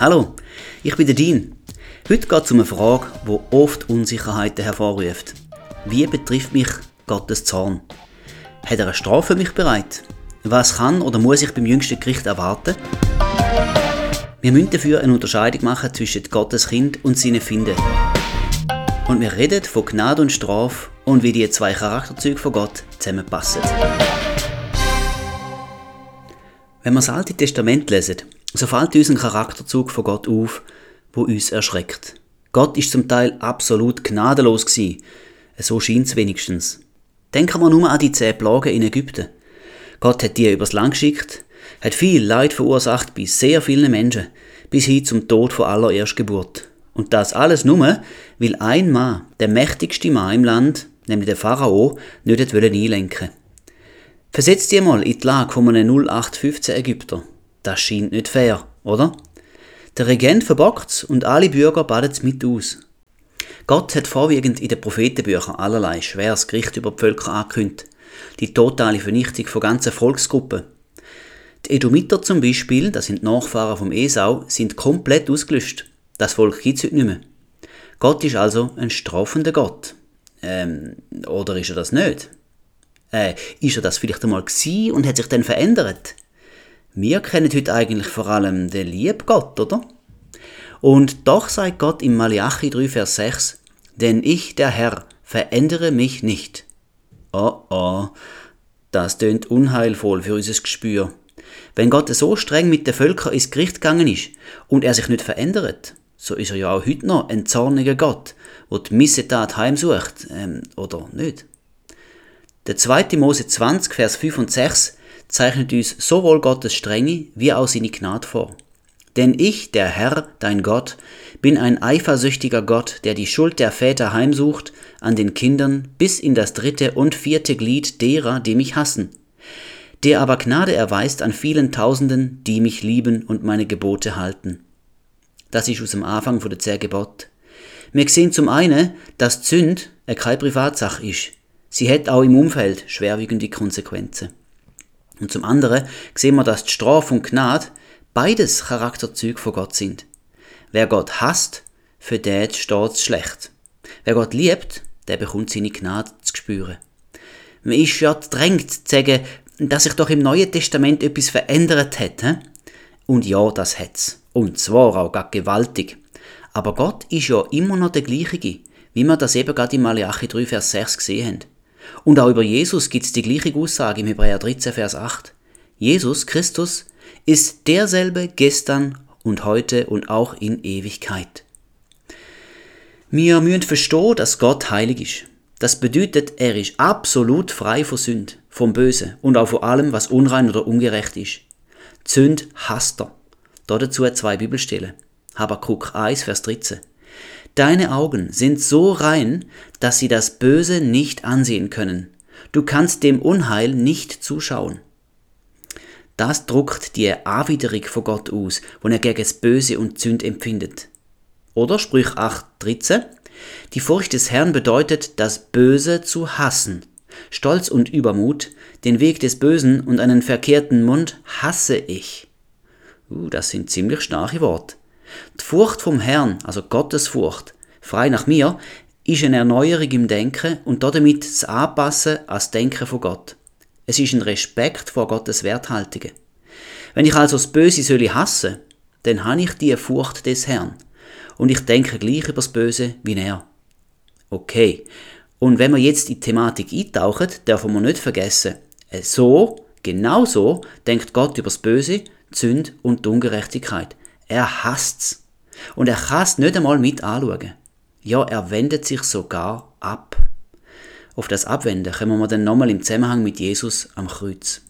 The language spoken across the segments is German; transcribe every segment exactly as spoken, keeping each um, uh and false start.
Hallo, ich bin der Dean. Heute geht es um eine Frage, die oft Unsicherheiten hervorruft. Wie betrifft mich Gottes Zorn? Hat er eine Strafe für mich bereit? Was kann oder muss ich beim jüngsten Gericht erwarten? Wir müssen dafür eine Unterscheidung machen zwischen Gottes Kind und seinen Finden. Und wir reden von Gnade und Strafe und wie die zwei Charakterzüge von Gott zusammenpassen. Wenn wir das Alte Testament lesen, so fällt uns ein Charakterzug von Gott auf, wo uns erschreckt. Gott ist zum Teil absolut gnadenlos gewesen. So scheint es wenigstens. Denken wir nur an die zehn Plagen in Ägypten. Gott hat die übers Land geschickt, hat viel Leid verursacht bei sehr vielen Menschen, bis hin zum Tod von aller Erstgeburt. Und das alles nur, weil ein Mann, der mächtigste Mann im Land, nämlich der Pharao, nicht einlenken wollte. Versetzt ihr mal in die Lage von einem null acht fünfzehn Ägypter. Das scheint nicht fair, oder? Der Regent verbockt's und alle Bürger badet's mit aus. Gott hat vorwiegend in den Prophetenbüchern allerlei schweres Gericht über die Völker angekündigt. Die totale Vernichtung von ganzen Volksgruppen. Die Edomiter zum Beispiel, das sind die Nachfahren vom Esau, sind komplett ausgelöscht. Das Volk gibt's heute nicht mehr. Gott ist also ein strafender Gott. Ähm, oder ist er das nicht? Äh, ist er das vielleicht einmal gewesen und hat sich dann verändert? Wir kennen heute eigentlich vor allem den lieben Gott, oder? Und doch sagt Gott im Malachi drei, Vers sechs, denn ich, der Herr, verändere mich nicht. Oh oh, das tönt unheilvoll für unser Gespür. Wenn Gott so streng mit den Völkern ins Gericht gegangen ist und er sich nicht verändert, so ist er ja auch heute noch ein zorniger Gott, der die Missetat heimsucht, ähm, oder nicht? Der zweite Mose zwanzig, Vers fünf und sechs zeichnet uns sowohl Gottes Strenge wie auch seine Gnade vor. Denn ich, der Herr, dein Gott, bin ein eifersüchtiger Gott, der die Schuld der Väter heimsucht an den Kindern bis in das dritte und vierte Glied derer, die mich hassen, der aber Gnade erweist an vielen Tausenden, die mich lieben und meine Gebote halten. Das ist aus dem Anfang der zehn Gebote. Wir sehen zum einen, dass die Sünde keine Privatsache ist. Sie hat auch im Umfeld schwerwiegende Konsequenzen. Und zum anderen sehen wir, dass die Strafe und Gnade beides Charakterzüge von Gott sind. Wer Gott hasst, für den steht es schlecht. Wer Gott liebt, der bekommt seine Gnade zu spüren. Man ist ja gedrängt zu sagen, dass sich doch im Neuen Testament etwas verändert hat. He? Und ja, das hat's. Und zwar auch gerade gewaltig. Aber Gott ist ja immer noch der gleiche, wie wir das eben gerade im Malachi drei, Vers sechs gesehen haben. Und auch über Jesus gibt es die gleiche Aussage im Hebräer dreizehn, Vers acht. Jesus Christus ist derselbe gestern und heute und auch in Ewigkeit. Wir müssen verstehen, dass Gott heilig ist. Das bedeutet, er ist absolut frei von Sünde, vom Bösen und auch von allem, was unrein oder ungerecht ist. Die Sünde hasst er. Dazu zwei Bibelstellen. Habakuk eins, Vers dreizehn. Deine Augen sind so rein, dass sie das Böse nicht ansehen können. Du kannst dem Unheil nicht zuschauen. Das druckt die Anwiderung von Gott aus, wo er gegen das Böse und die Sünde empfindet. Oder Sprüche acht, dreizehn. Die Furcht des Herrn bedeutet, das Böse zu hassen. Stolz und Übermut, den Weg des Bösen und einen verkehrten Mund hasse ich. Uh, das sind ziemlich starke Worte. Die Furcht vom Herrn, also Gottes Furcht, frei nach mir, ist eine Erneuerung im Denken und damit das Anpassen an das Denken von Gott. Es ist ein Respekt vor Gottes Werthaltungen. Wenn ich also das Böse soll hassen, dann habe ich die Furcht des Herrn und ich denke gleich über das Böse wie er. Okay, und wenn wir jetzt in die Thematik eintauchen, dürfen wir nicht vergessen, so, genau so, denkt Gott über das Böse, die Sünde und die Ungerechtigkeit. Er hasst's. Und er kann es nicht einmal mit anschauen. Ja, er wendet sich sogar ab. Auf das Abwenden kommen wir dann nochmal im Zusammenhang mit Jesus am Kreuz.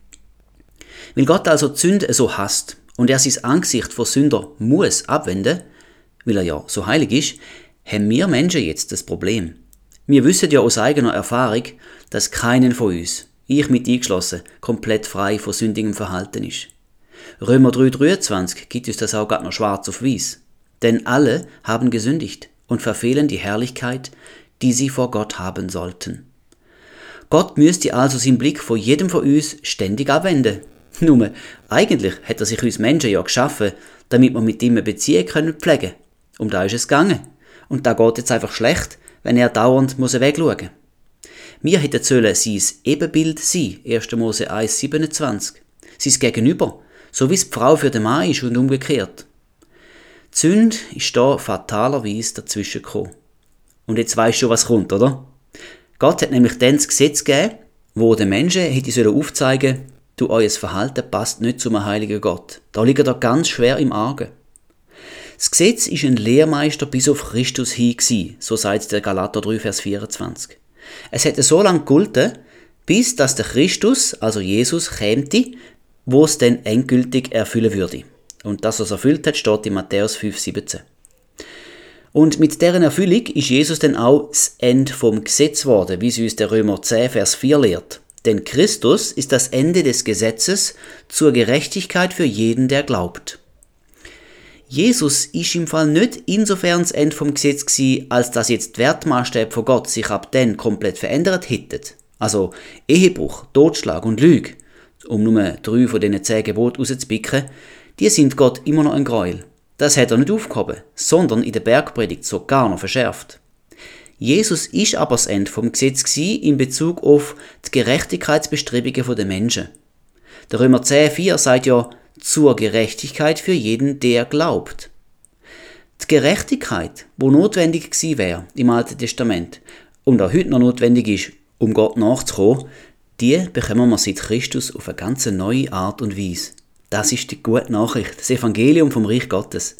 Weil Gott also die Sünde so hasst und er sein Angesicht vor Sünder muss abwenden, weil er ja so heilig ist, haben wir Menschen jetzt das Problem. Wir wissen ja aus eigener Erfahrung, dass keiner von uns, ich mit eingeschlossen, komplett frei von sündigem Verhalten ist. Römer drei, dreiundzwanzig gibt uns das auch gerade noch schwarz auf weiß. Denn alle haben gesündigt und verfehlen die Herrlichkeit, die sie vor Gott haben sollten. Gott müsste also seinen Blick vor jedem von uns ständig abwenden. Nur, eigentlich hat er sich uns Menschen ja geschaffen, damit wir mit ihm eine Beziehung pflegen können. Um da ist es gegangen. Und da geht jetzt einfach schlecht, wenn er dauernd muss wegschauen muss. Wir hätten sollen sein Ebenbild sein, erster Mose eins siebenundzwanzig. Sein Gegenüber, so wie es die Frau für den Mann ist und umgekehrt. Die Sünde ist da fatalerweise dazwischen gekommen. Und jetzt weisst du schon, was kommt, oder? Gott hat nämlich dann das Gesetz gegeben, wo den Menschen hätte aufzeigen sollen, du, euer Verhalten passt nicht zum heiligen Gott. Da liegt er ganz schwer im Argen. Das Gesetz ist ein Lehrmeister bis auf Christus hin gewesen, so sagt der Galater drei, Vers vierundzwanzig. Es hätte so lange gegolten, bis dass der Christus, also Jesus, kämte, wo es dann endgültig erfüllen würde. Und dass er es erfüllt hat, steht in Matthäus fünf, siebzehn. Und mit deren Erfüllung ist Jesus dann auch das Ende vom Gesetz geworden, wie es uns der Römer zehn, Vers vier lehrt. Denn Christus ist das Ende des Gesetzes zur Gerechtigkeit für jeden, der glaubt. Jesus ist im Fall nicht insofern das Ende vom Gesetz gewesen, als dass jetzt die Wertmaßstäbe von Gott sich ab dann komplett verändert hätten. Also Ehebruch, Totschlag und Lüge, um nur drei von diesen zehn Geboten rauszupicken, die sind Gott immer noch ein Gräuel. Das hat er nicht aufgehoben, sondern in der Bergpredigt sogar noch verschärft. Jesus ist aber das Ende vom Gesetz gewesen in Bezug auf die Gerechtigkeitsbestrebungen der Menschen. Der Römer zehn, vier sagt ja, zur Gerechtigkeit für jeden, der glaubt. Die Gerechtigkeit, wo notwendig gewesen wäre im Alten Testament und auch heute noch notwendig ist, um Gott nachzukommen, die bekommen wir seit Christus auf eine ganz neue Art und Weise. Das ist die gute Nachricht, das Evangelium vom Reich Gottes.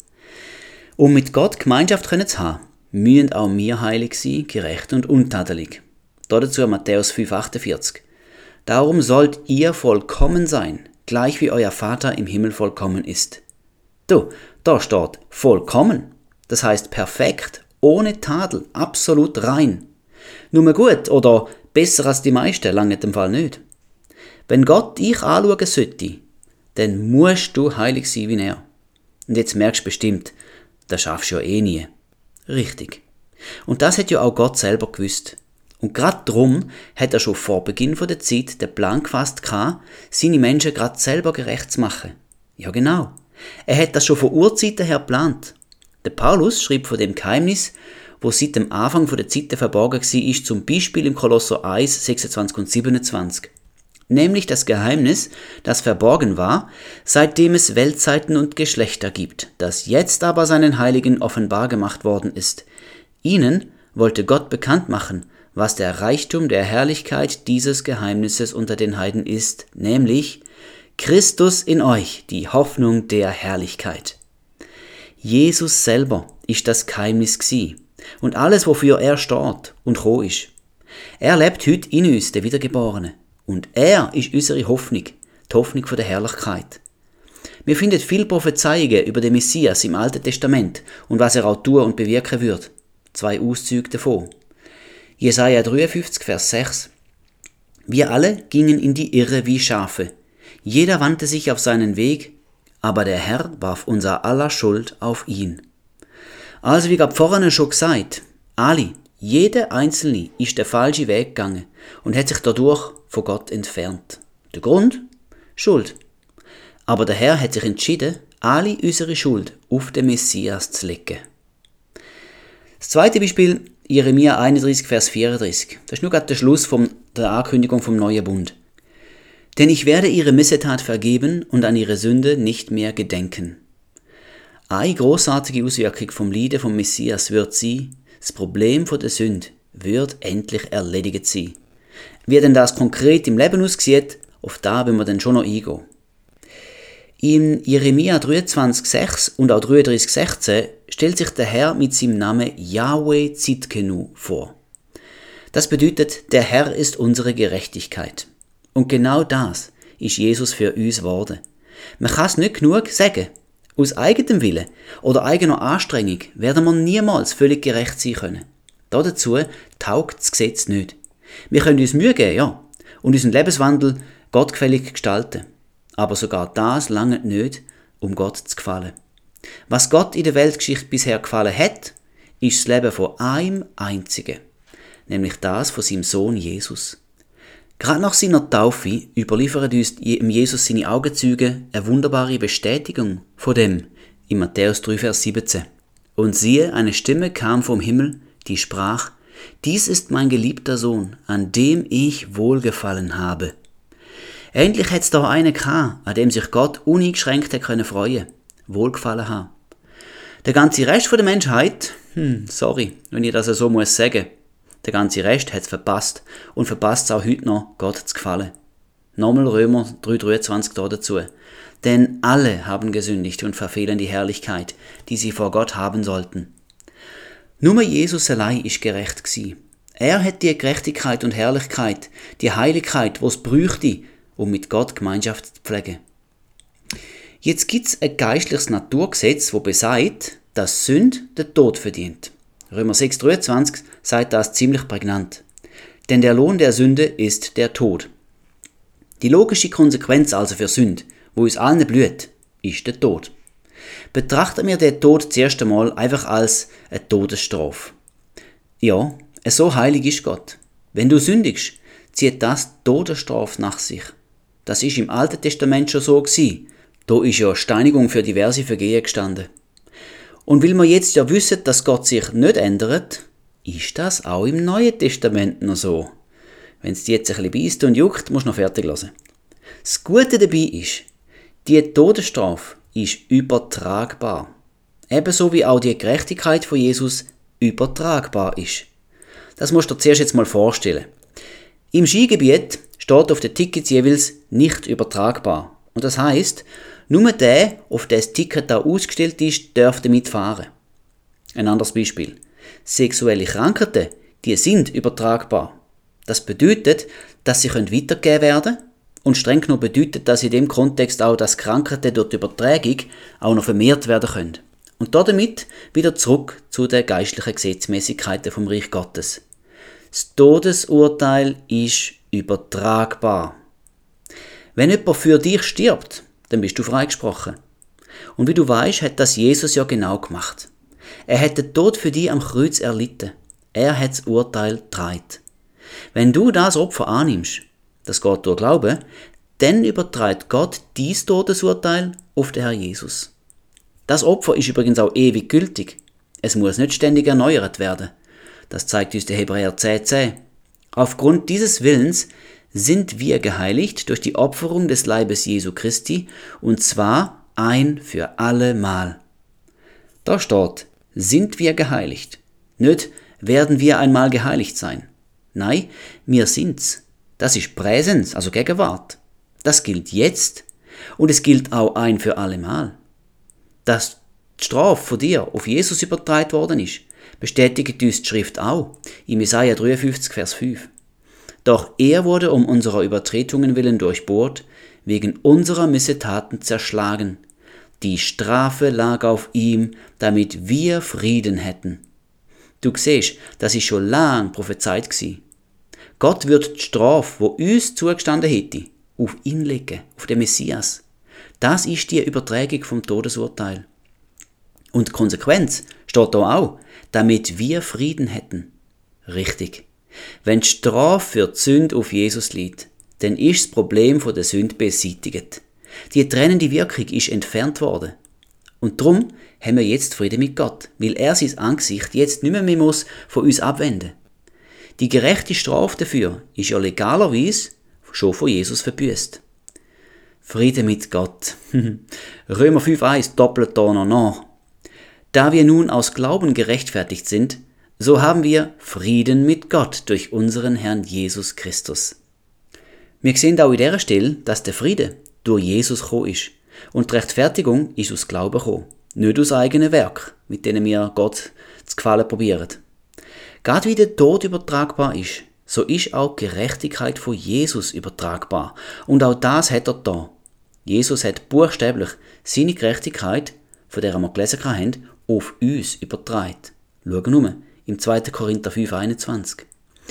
Um mit Gott Gemeinschaft zu haben, müssen auch wir heilig sein, gerecht und untadelig. Dazu Matthäus fünf, achtundvierzig. Darum sollt ihr vollkommen sein, gleich wie euer Vater im Himmel vollkommen ist. Du, da steht vollkommen. Das heißt perfekt, ohne Tadel, absolut rein. Nur gut oder besser als die meisten, lange in dem Fall nicht. Wenn Gott dich anschauen sollte, dann musst du heilig sein wie er. Und jetzt merkst du bestimmt, das schaffst du ja eh nie. Richtig. Und das hat ja auch Gott selber gewusst. Und gerade darum hat er schon vor Beginn der Zeit den Plan gefasst, seine Menschen gerade selber gerecht zu machen. Ja genau. Er hat das schon von Urzeiten her geplant. Der Paulus schrieb von dem Geheimnis, wo seit dem Anfang der Zeiten verborgen war, zum Beispiel im Kolosser eins, sechsundzwanzig und siebenundzwanzig. Nämlich das Geheimnis, das verborgen war, seitdem es Weltzeiten und Geschlechter gibt, das jetzt aber seinen Heiligen offenbar gemacht worden ist. Ihnen wollte Gott bekannt machen, was der Reichtum der Herrlichkeit dieses Geheimnisses unter den Heiden ist, nämlich Christus in euch, die Hoffnung der Herrlichkeit. Jesus selber ist das Geheimnis gsi und alles, wofür er steht und gekommen ist. Er lebt heute in uns, der Wiedergeborene, und er ist unsere Hoffnung, die Hoffnung der Herrlichkeit. Wir finden viele Prophezeiungen über den Messias im Alten Testament und was er auch tun und bewirken wird. Zwei Auszüge davon. Jesaja dreiundfünfzig, Vers sechs. Wir alle gingen in die Irre wie Schafe. Jeder wandte sich auf seinen Weg, aber der Herr warf unser aller Schuld auf ihn. Also wie gerade vorhin schon gesagt, alle, jeder Einzelne ist den falschen Weg gegangen und hat sich dadurch von Gott entfernt. Der Grund? Schuld. Aber der Herr hat sich entschieden, alle unsere Schuld auf den Messias zu legen. Das zweite Beispiel, Jeremia einunddreißig, Vers vierunddreißig. Das ist nur gerade der Schluss von der Ankündigung vom neuen Bund. Denn ich werde ihre Missetat vergeben und an ihre Sünde nicht mehr gedenken. Eine großartige Auswirkung vom Leiden vom Messias wird sein, das Problem der Sünde wird endlich erledigt sein. Wie denn das konkret im Leben aussieht, auf das wollen wir dann schon noch eingehen. In Jeremia dreiundzwanzig, sechs und auch dreiunddreißig, sechzehn stellt sich der Herr mit seinem Namen Yahweh Tzidkenu vor. Das bedeutet, der Herr ist unsere Gerechtigkeit. Und genau das ist Jesus für uns geworden. Man kann es nicht genug sagen. Aus eigenem Willen oder eigener Anstrengung werden wir niemals völlig gerecht sein können. Dazu taugt das Gesetz nicht. Wir können uns Mühe geben, ja, und unseren Lebenswandel gottgefällig gestalten. Aber sogar das langt nicht, um Gott zu gefallen. Was Gott in der Weltgeschichte bisher gefallen hat, ist das Leben von einem einzigen, nämlich das von seinem Sohn Jesus. Gerade nach seiner Taufe überliefern uns Jesus seine Augenzeugen eine wunderbare Bestätigung von dem in Matthäus drei, Vers siebzehn. Und siehe, eine Stimme kam vom Himmel, die sprach: Dies ist mein geliebter Sohn, an dem ich wohlgefallen habe. Endlich hat es da einen gehabt, an dem sich Gott uneingeschränkt hat können freuen, wohlgefallen haben. Der ganze Rest der Menschheit, hm, sorry, wenn ich das so muss sagen, der ganze Rest hat es verpasst und verpasst es auch heute noch, Gott zu gefallen. Nochmal Römer drei, dreiundzwanzig da dazu. Denn alle haben gesündigt und verfehlen die Herrlichkeit, die sie vor Gott haben sollten. Nur Jesus allein ist gerecht gsi. Er hat die Gerechtigkeit und Herrlichkeit, die Heiligkeit, was bräuchte, um mit Gott Gemeinschaft zu pflegen. Jetzt gibt's ein geistliches Naturgesetz, wo besagt, dass Sünde den Tod verdient. Römer sechs, dreiundzwanzig sagt das ziemlich prägnant. Denn der Lohn der Sünde ist der Tod. Die logische Konsequenz also für Sünde, wo uns allen blüht, ist der Tod. Betrachten wir den Tod zuerst einmal einfach als eine Todesstrafe. Ja, so heilig ist Gott. Wenn du sündigst, zieht das Todesstrafe nach sich. Das ist im Alten Testament schon so gewesen. Da ist ja Steinigung für diverse Vergehen gestanden. Und weil wir jetzt ja wissen, dass Gott sich nicht ändert, ist das auch im Neuen Testament noch so. Wenn es dich jetzt ein bisschen beisst und juckt, musst du noch fertig lassen. Das Gute dabei ist, die Todesstrafe ist übertragbar. Ebenso wie auch die Gerechtigkeit von Jesus übertragbar ist. Das musst du dir zuerst jetzt mal vorstellen. Im Skigebiet steht auf den Tickets jeweils nicht übertragbar. Und das heisst, nur der, auf den das Ticket da ausgestellt ist, darf damit fahren. Ein anderes Beispiel. Sexuelle Krankheiten, die sind übertragbar. Das bedeutet, dass sie weitergegeben werden können und streng genommen bedeutet das in dem Kontext auch, dass Krankheiten durch die Übertragung auch noch vermehrt werden können. Und damit wieder zurück zu den geistlichen Gesetzmäßigkeiten vom Reich Gottes. Das Todesurteil ist übertragbar. Wenn jemand für dich stirbt, dann bist du freigesprochen. Und wie du weißt, hat das Jesus ja genau gemacht. Er hat den Tod für dich am Kreuz erlitten. Er hat das Urteil getragen. Wenn du das Opfer annimmst, das geht durch Glauben, dann überträgt Gott dein Todesurteil auf den Herr Jesus. Das Opfer ist übrigens auch ewig gültig. Es muss nicht ständig erneuert werden. Das zeigt uns der Hebräer zehn, zehn. Aufgrund dieses Willens sind wir geheiligt durch die Opferung des Leibes Jesu Christi, und zwar ein für alle Mal. Da steht, sind wir geheiligt. Nicht, werden wir einmal geheiligt sein. Nein, wir sind's. Das ist Präsens, also Gegenwart. Das gilt jetzt und es gilt auch ein für alle Mal. Dass die Strafe von dir auf Jesus übertragen worden ist, bestätigt uns die Schrift auch, in Jesaja dreiundfünfzig, Vers fünf. Doch er wurde um unserer Übertretungen willen durchbohrt, wegen unserer Missetaten zerschlagen. Die Strafe lag auf ihm, damit wir Frieden hätten. Du siehst, das ist schon lang prophezeit gsi. Gott wird die Strafe, wo uns zugestanden hätte, auf ihn legen, auf den Messias. Das ist die Übertragung vom Todesurteil. Und die Konsequenz steht da auch, damit wir Frieden hätten. Richtig. Wenn die Strafe für die Sünde auf Jesus liegt, dann ist das Problem der Sünde beseitigt. Die trennende Wirkung ist entfernt worden. Und darum haben wir jetzt Frieden mit Gott, weil er sein Angesicht jetzt nicht mehr, mehr muss von uns abwenden. Die gerechte Strafe dafür ist ja legalerweise schon von Jesus verbüßt. Frieden mit Gott. Römer fünf, eins doppelt da noch nach. Da wir nun aus Glauben gerechtfertigt sind, so haben wir Frieden mit Gott durch unseren Herrn Jesus Christus. Wir sehen auch in dieser Stelle, dass der Friede durch Jesus gekommen ist. Und die Rechtfertigung ist aus Glauben gekommen. Nicht aus eigenen Werk, mit denen wir Gott zu gefallen probieren. Gerade wie der Tod übertragbar ist, so ist auch die Gerechtigkeit von Jesus übertragbar. Und auch das hat er da. Jesus hat buchstäblich seine Gerechtigkeit, von der wir gelesen haben, auf uns übertragen. Schau nur, im zweiten Korinther fünf, einundzwanzig.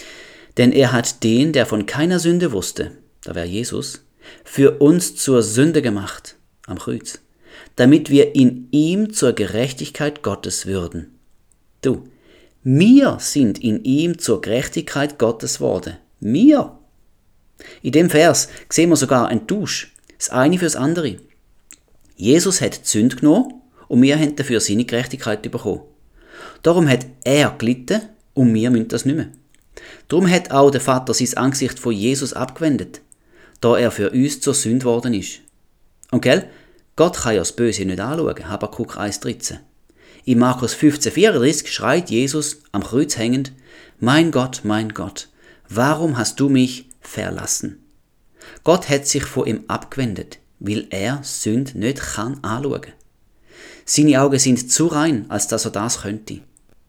Denn er hat den, der von keiner Sünde wusste, da wäre Jesus, für uns zur Sünde gemacht, am Kreuz, damit wir in ihm zur Gerechtigkeit Gottes würden. Du, wir sind in ihm zur Gerechtigkeit Gottes worden. Wir. In dem Vers sehen wir sogar einen Tausch, das eine für das andere. Jesus hat die Sünde genommen und wir haben dafür seine Gerechtigkeit bekommen. Darum hat er gelitten und wir müssen das nicht mehr. Darum hat auch der Vater sein Angesicht von Jesus abgewendet, da er für uns zur Sünde geworden ist. Und gell, Gott kann ja das Böse nicht anschauen, Habakuk eins dreizehn. In Markus fünfzehn vierunddreißig schreit Jesus am Kreuz hängend: Mein Gott, mein Gott, warum hast du mich verlassen? Gott hat sich von ihm abgewendet, weil er Sünde nicht kann anschauen. Seine Augen sind zu rein, als dass er das könnte.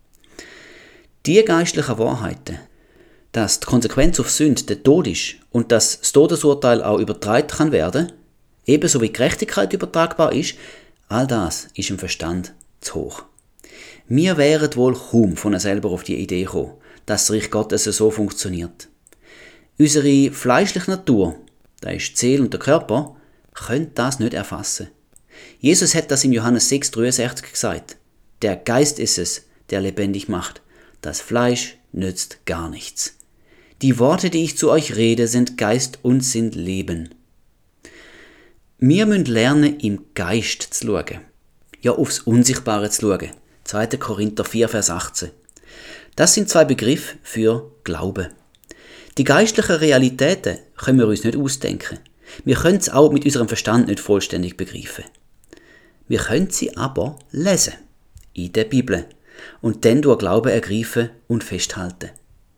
Die geistlichen Wahrheiten, dass die Konsequenz auf Sünde der Tod ist und dass das Todesurteil auch übertragen kann werden, ebenso wie Gerechtigkeit übertragbar ist, all das ist im Verstand zu hoch. Wir wären wohl kaum von uns selber auf die Idee gekommen, dass das Reich Gottes so funktioniert. Unsere fleischliche Natur, das ist die Seele und der Körper, können das nicht erfassen. Jesus hat das in Johannes sechs dreiundsechzig gesagt. Der Geist ist es, der lebendig macht. Das Fleisch nützt gar nichts. Die Worte, die ich zu euch rede, sind Geist und sind Leben. Wir müssen lernen, im Geist zu schauen. Ja, aufs Unsichtbare zu schauen. zweiter Korinther vier, Vers achtzehn. Das sind zwei Begriffe für Glaube. Die geistlichen Realitäten können wir uns nicht ausdenken. Wir können es auch mit unserem Verstand nicht vollständig begreifen. Wir können sie aber lesen. In der Bibel. Und dann durch Glauben ergreifen und festhalten.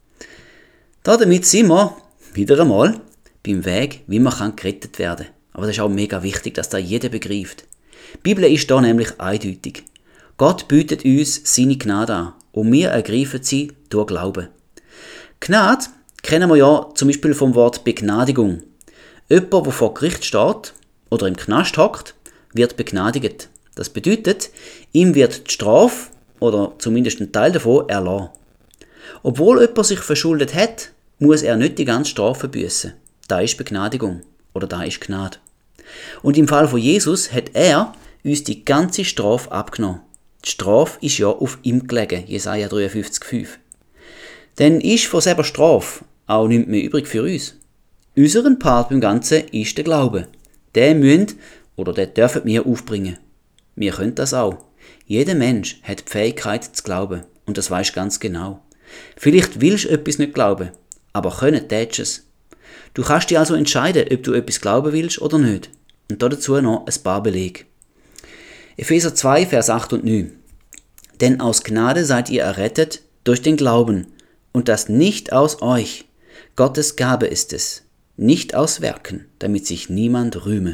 Damit sind wir, wieder einmal, beim Weg, wie man gerettet werden kann. Aber das ist auch mega wichtig, dass da jeder begreift. Die Bibel ist da nämlich eindeutig. Gott bietet uns seine Gnade an und wir ergreifen sie durch Glauben. Gnade kennen wir ja zum Beispiel vom Wort Begnadigung. Jemand, der vor Gericht steht oder im Knast hockt, wird begnadigt. Das bedeutet, ihm wird die Strafe oder zumindest ein Teil davon erlassen. Obwohl jemand sich verschuldet hat, muss er nicht die ganze Strafe büßen. Da ist Begnadigung oder da ist Gnade. Und im Fall von Jesus hat er uns die ganze Strafe abgenommen. Die Strafe ist ja auf ihm gelegen, Jesaja dreiundfünfzig fünf. Dann ist von selber Strafe auch nichts mehr übrig für uns. Unseren Part beim Ganzen ist der Glaube. Den müssen oder den dürfen wir aufbringen. Wir können das auch. Jeder Mensch hat die Fähigkeit zu glauben und das weisst ganz genau. Vielleicht willst du etwas nicht glauben, aber können tätst es. Du kannst dich also entscheiden, ob du etwas glauben willst oder nicht. Und dazu noch ein paar Belege. Epheser zwei, Vers acht und neun. Denn aus Gnade seid ihr errettet durch den Glauben, und das nicht aus euch. Gottes Gabe ist es, nicht aus Werken, damit sich niemand rühme.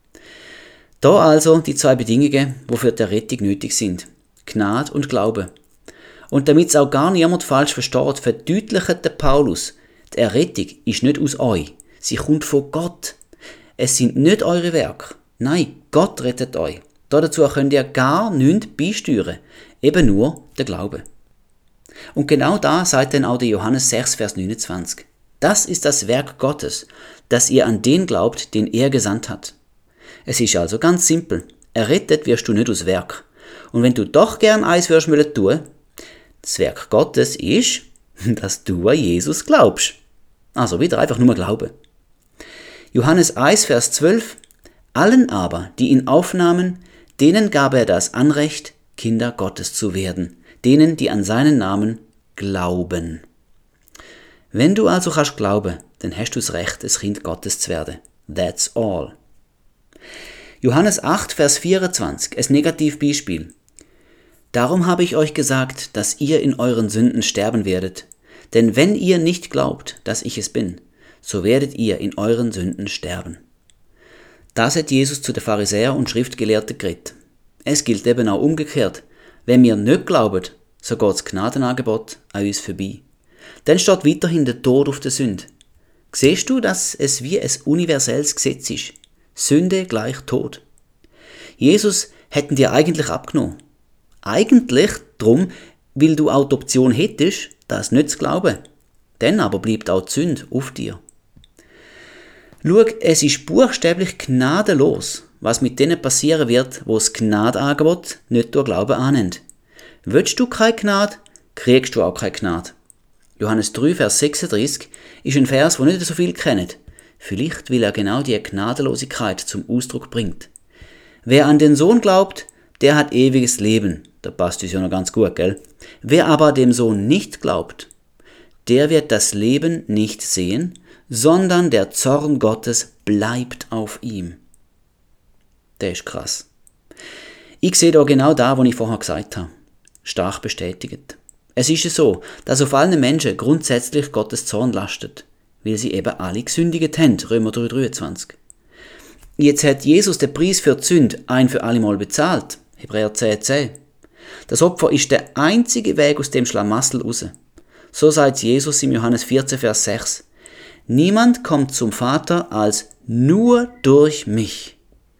Da also die zwei Bedingungen, wofür die Errettung nötig sind. Gnade und Glaube. Und damit es auch gar niemand falsch versteht, verdeutlicht der Paulus, die Errettung ist nicht aus euch, sie kommt von Gott. Es sind nicht eure Werke, nein, Gott rettet euch. Dazu könnt ihr gar nichts beisteuern, eben nur der Glaube. Und genau da sagt dann auch der Johannes sechs, Vers neunundzwanzig. Das ist das Werk Gottes, dass ihr an den glaubt, den er gesandt hat. Es ist also ganz simpel. Errettet wirst du nicht aus Werk. Und wenn du doch gern eins würdest wollen tun, das Werk Gottes ist, dass du an Jesus glaubst. Also wieder einfach nur glauben. Johannes eins, Vers zwölf. Allen aber, die ihn aufnahmen, denen gab er das Anrecht, Kinder Gottes zu werden. Denen, die an seinen Namen glauben. Wenn du also kannst glauben, dann hast du das Recht, ein Kind Gottes zu werden. That's all. Johannes acht, Vers vierundzwanzig, ein Negativbeispiel. Darum habe ich euch gesagt, dass ihr in euren Sünden sterben werdet. Denn wenn ihr nicht glaubt, dass ich es bin, so werdet ihr in euren Sünden sterben. Das hat Jesus zu den Pharisäern und Schriftgelehrten geredet. Es gilt eben auch umgekehrt. Wenn wir nicht glauben, so geht das Gnadenangebot an uns vorbei. Dann steht weiterhin der Tod auf der Sünde. Siehst du, dass es wie ein universelles Gesetz ist? Sünde gleich Tod. Jesus hätten dir eigentlich abgenommen. Eigentlich drum, weil du auch die Option hättest, das nicht zu glauben. Dann aber bleibt auch die Sünde auf dir. Schau, es ist buchstäblich gnadenlos, was mit denen passieren wird, wo das Gnadenangebot nicht durch Glauben annimmt. Willst du keine Gnade, kriegst du auch keine Gnade. Johannes drei, Vers sechsunddreißig ist ein Vers, den nicht so viel kennen. Vielleicht, weil er genau die Gnadenlosigkeit zum Ausdruck bringt. Wer an den Sohn glaubt, der hat ewiges Leben. Da passt es ja noch ganz gut, gell? Wer aber dem Sohn nicht glaubt, der wird das Leben nicht sehen, sondern der Zorn Gottes bleibt auf ihm. Das ist krass. Ich sehe da genau da, was ich vorher gesagt habe. Stark bestätigt. Es ist so, dass auf allen Menschen grundsätzlich Gottes Zorn lastet, weil sie eben alle gesündigt haben, Römer drei dreiundzwanzig. Jetzt hat Jesus den Preis für die Sünde ein für alle Mal bezahlt, Hebräer zehn zehn. Das Opfer ist der einzige Weg aus dem Schlamassel raus. So sagt Jesus im Johannes vierzehn, Vers sechs. Niemand kommt zum Vater als nur durch mich.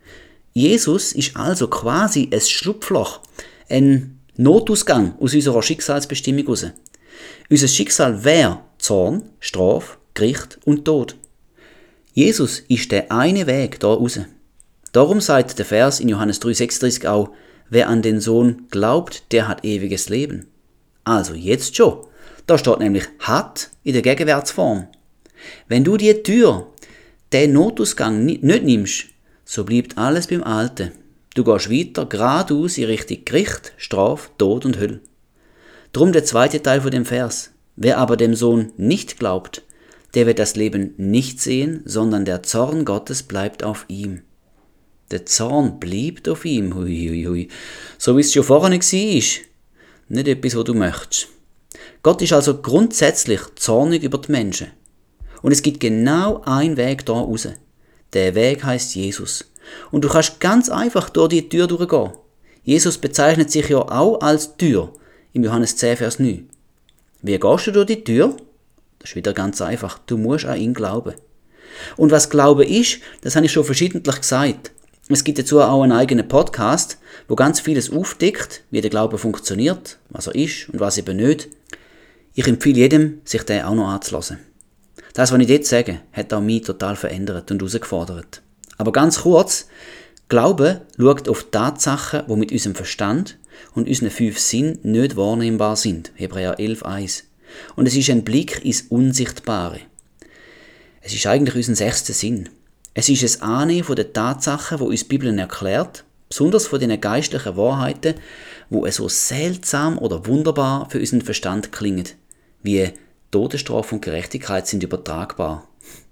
Jesus ist also quasi ein Schlupfloch, ein Notausgang aus unserer Schicksalsbestimmung raus. Unser Schicksal wäre Zorn, Strafe, Gericht und Tod. Jesus ist der eine Weg da raus. Darum sagt der Vers in Johannes drei sechsunddreißig auch, wer an den Sohn glaubt, der hat ewiges Leben. Also jetzt schon. Da steht nämlich hat in der Gegenwärtsform. Wenn du die Tür, den Notausgang nicht nimmst, so bleibt alles beim Alten. Du gehst weiter geradeaus in Richtung Gericht, Strafe, Tod und Hölle. Drum der zweite Teil von dem Vers. Wer aber dem Sohn nicht glaubt, der wird das Leben nicht sehen, sondern der Zorn Gottes bleibt auf ihm. Der Zorn bleibt auf ihm. Hui, hui, hui. So wie es schon vorher war. Nicht etwas, was du möchtest. Gott ist also grundsätzlich zornig über die Menschen. Und es gibt genau einen Weg da raus. Der Weg heißt Jesus. Und du kannst ganz einfach durch die Tür durchgehen. Jesus bezeichnet sich ja auch als Tür im Johannes zehn, Vers neun. Wie gehst du durch die Tür? Das ist wieder ganz einfach. Du musst an ihn glauben. Und was Glaube ist, das habe ich schon verschiedentlich gesagt. Es gibt dazu auch einen eigenen Podcast, wo ganz vieles aufdeckt, wie der Glaube funktioniert, was er ist und was eben nicht. Ich empfehle jedem, sich den auch noch anzulassen. Das, was ich dort sage, hat auch mich total verändert und herausgefordert. Aber ganz kurz, Glaube schaut auf Tatsachen, die mit unserem Verstand und unseren fünf Sinnen nicht wahrnehmbar sind. Hebräer elf eins. Und es ist ein Blick ins Unsichtbare. Es ist eigentlich unser sechster Sinn. Es ist ein Annehmen von den Tatsachen, die uns die Bibel erklärt, besonders von den geistlichen Wahrheiten, die so seltsam oder wunderbar für unseren Verstand klingen, wie Todesstrafe und Gerechtigkeit sind übertragbar.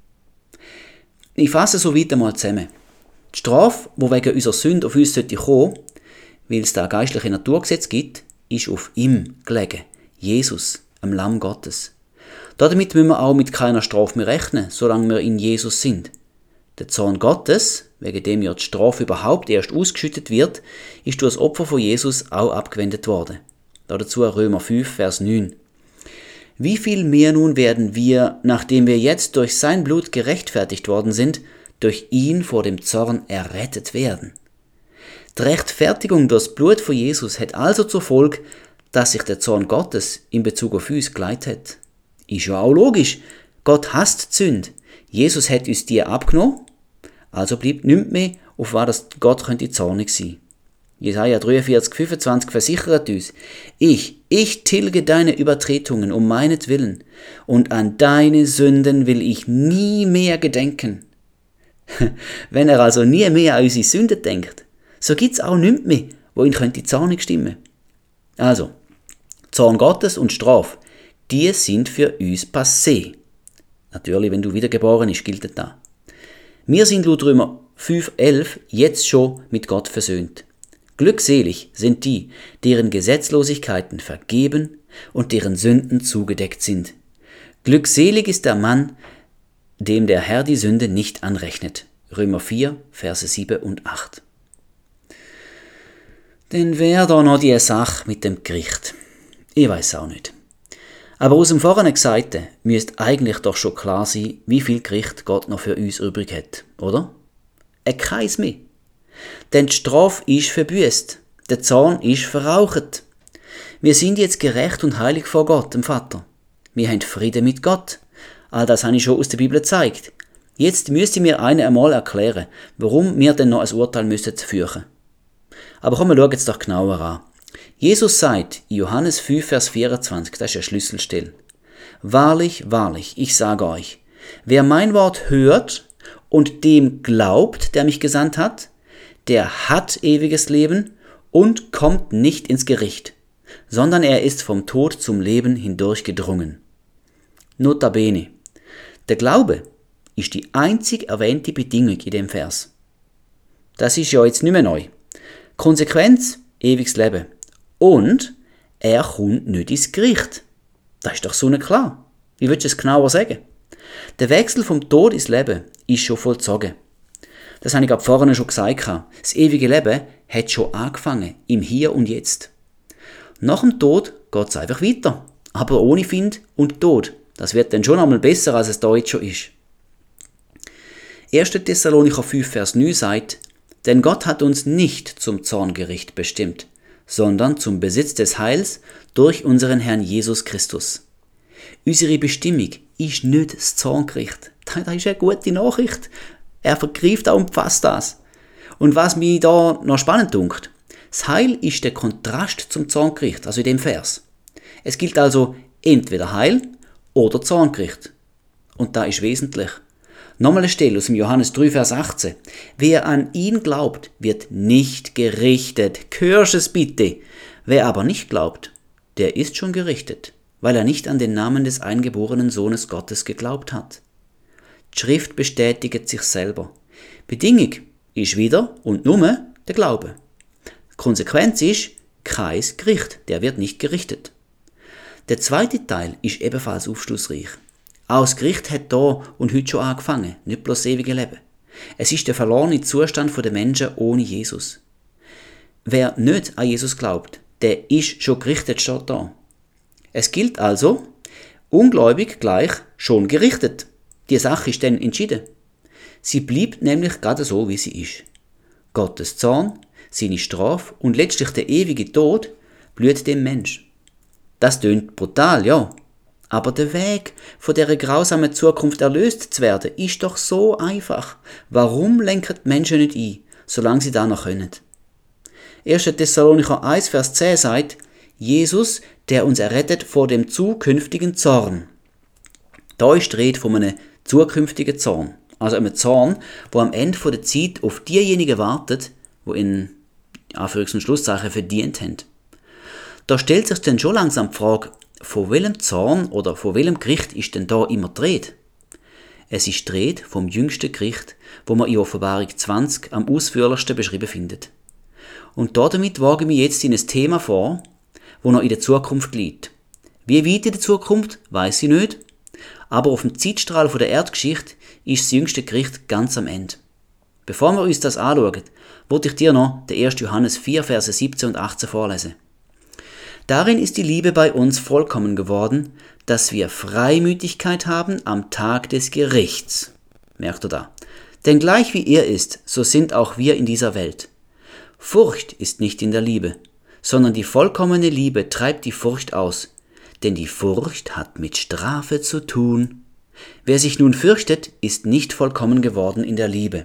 Ich fasse so weit einmal zusammen. Die Strafe, die wegen unserer Sünde auf uns kommen sollte, weil es da geistliche Naturgesetz gibt, ist auf ihm gelegen. Jesus, am Lamm Gottes. Damit müssen wir auch mit keiner Strafe mehr rechnen, solange wir in Jesus sind. Der Zorn Gottes, wegen dem ja die Strafe überhaupt erst ausgeschüttet wird, ist durch das Opfer von Jesus auch abgewendet worden. Dazu Römer fünf, Vers neun. Wie viel mehr nun werden wir, nachdem wir jetzt durch sein Blut gerechtfertigt worden sind, durch ihn vor dem Zorn errettet werden? Die Rechtfertigung durch das Blut von Jesus hat also zur Folge, dass sich der Zorn Gottes in Bezug auf uns geleitet hat. Ist ja auch logisch. Gott hasst die Sünde. Jesus hat uns die abgenommen, also bleibt nichts mehr, auf was Gott könnte zornig sein. Jesaja dreiundvierzig, fünfundzwanzig versichert uns, ich, ich tilge deine Übertretungen um meinetwillen, und an deine Sünden will ich nie mehr gedenken. Wenn er also nie mehr an unsere Sünden denkt, so gibt's auch nichts mehr, wo ihn könnte zornig stimmen. Also, Zorn Gottes und Strafe, die sind für uns passé. Natürlich, wenn du wiedergeboren bist, gilt das da. Wir sind laut Römer fünf elf jetzt schon mit Gott versöhnt. Glückselig sind die, deren Gesetzlosigkeiten vergeben und deren Sünden zugedeckt sind. Glückselig ist der Mann, dem der Herr die Sünde nicht anrechnet. Römer vier, Verse sieben und acht. Denn wer da noch die Sache mit dem Gericht? Ich weiß auch nicht. Aber aus dem vorhin Gesagten müsste eigentlich doch schon klar sein, wie viel Gericht Gott noch für uns übrig hat, oder? Ein keins mehr. Denn die Strafe ist verbüßt, der Zorn ist verraucht. Wir sind jetzt gerecht und heilig vor Gott, dem Vater. Wir haben Frieden mit Gott. All das habe ich schon aus der Bibel gezeigt. Jetzt müsste mir einer einmal erklären, warum wir denn noch ein Urteil müssen führen. Aber komm, wir schauen jetzt doch genauer an. Jesus sagt in Johannes fünf, Vers vierundzwanzig, das ist eine Schlüsselstelle. Wahrlich, wahrlich, ich sage euch, Wer mein Wort hört und dem glaubt, der mich gesandt hat, der hat ewiges Leben und kommt nicht ins Gericht, sondern er ist vom Tod zum Leben hindurchgedrungen. Notabene, der Glaube ist die einzig erwähnte Bedingung in dem Vers. Das ist ja jetzt nicht mehr neu. Konsequenz, ewiges Leben. Und er kommt nicht ins Gericht. Das ist doch so nicht klar. Wie willst du es genauer sagen? Der Wechsel vom Tod ins Leben ist schon vollzogen. Das habe ich gerade vorhin schon gesagt. Das ewige Leben hat schon angefangen, im Hier und Jetzt. Nach dem Tod geht es einfach weiter. Aber ohne Find und Tod. Das wird dann schon einmal besser, als es da jetzt schon ist. erster Thessalonicher fünf, Vers neun sagt, denn Gott hat uns nicht zum Zorngericht bestimmt, sondern zum Besitz des Heils durch unseren Herrn Jesus Christus. Unsere Bestimmung ist nicht das Zorngericht. Das ist eine gute Nachricht. Er vergreift auch und umfasst das. Und was mich da noch spannend dunkt, das Heil ist der Kontrast zum Zorngericht, also in dem Vers. Es gilt also entweder Heil oder Zorngericht. Und da ist wesentlich. Nochmal eine Stelle aus dem Johannes drei, Vers achtzehn. Wer an ihn glaubt, wird nicht gerichtet. Hörst es bitte. Wer aber nicht glaubt, der ist schon gerichtet, weil er nicht an den Namen des eingeborenen Sohnes Gottes geglaubt hat. Die Schrift bestätigt sich selber. Bedingung ist wieder und nur der Glaube. Die Konsequenz ist kein Gericht, der wird nicht gerichtet. Der zweite Teil ist ebenfalls aufschlussreich. Auch das Gericht hat da und heute schon angefangen, nicht bloß das ewige Leben. Es ist der verlorene Zustand der Menschen ohne Jesus. Wer nicht an Jesus glaubt, der ist schon gerichtet, steht da. Es gilt also, ungläubig gleich schon gerichtet. Die Sache ist dann entschieden. Sie bleibt nämlich gerade so, wie sie ist. Gottes Zorn, seine Strafe und letztlich der ewige Tod blüht dem Mensch. Das tönt brutal, ja. Aber der Weg, von dieser grausamen Zukunft erlöst zu werden, ist doch so einfach. Warum lenken die Menschen nicht ein, solange sie das noch können? erster Thessalonicher eins, Vers zehn sagt, Jesus, der uns errettet vor dem zukünftigen Zorn. Da ist die Rede von einem zukünftigen Zorn. Also einem Zorn, wo am Ende der Zeit auf diejenigen wartet, die in Anführungs- und Schlusszeichen verdient haben. Da stellt sich dann schon langsam die Frage, von welchem Zorn oder von welchem Gericht ist denn da immer die Rede? Es ist die Rede vom jüngsten Gericht, wo man in Offenbarung zwanzig am ausführlichsten beschrieben findet. Und damit wage ich mich jetzt in ein Thema vor, wo noch in der Zukunft liegt. Wie weit in der Zukunft, weiss ich nicht, aber auf dem Zeitstrahl der Erdgeschichte ist das jüngste Gericht ganz am Ende. Bevor wir uns das anschauen, wollte ich dir noch den ersten Johannes vier, Verse siebzehn und achtzehn vorlesen. Darin ist die Liebe bei uns vollkommen geworden, dass wir Freimütigkeit haben am Tag des Gerichts. Merkt ihr da? Denn gleich wie er ist, so sind auch wir in dieser Welt. Furcht ist nicht in der Liebe, sondern die vollkommene Liebe treibt die Furcht aus, denn die Furcht hat mit Strafe zu tun. Wer sich nun fürchtet, ist nicht vollkommen geworden in der Liebe.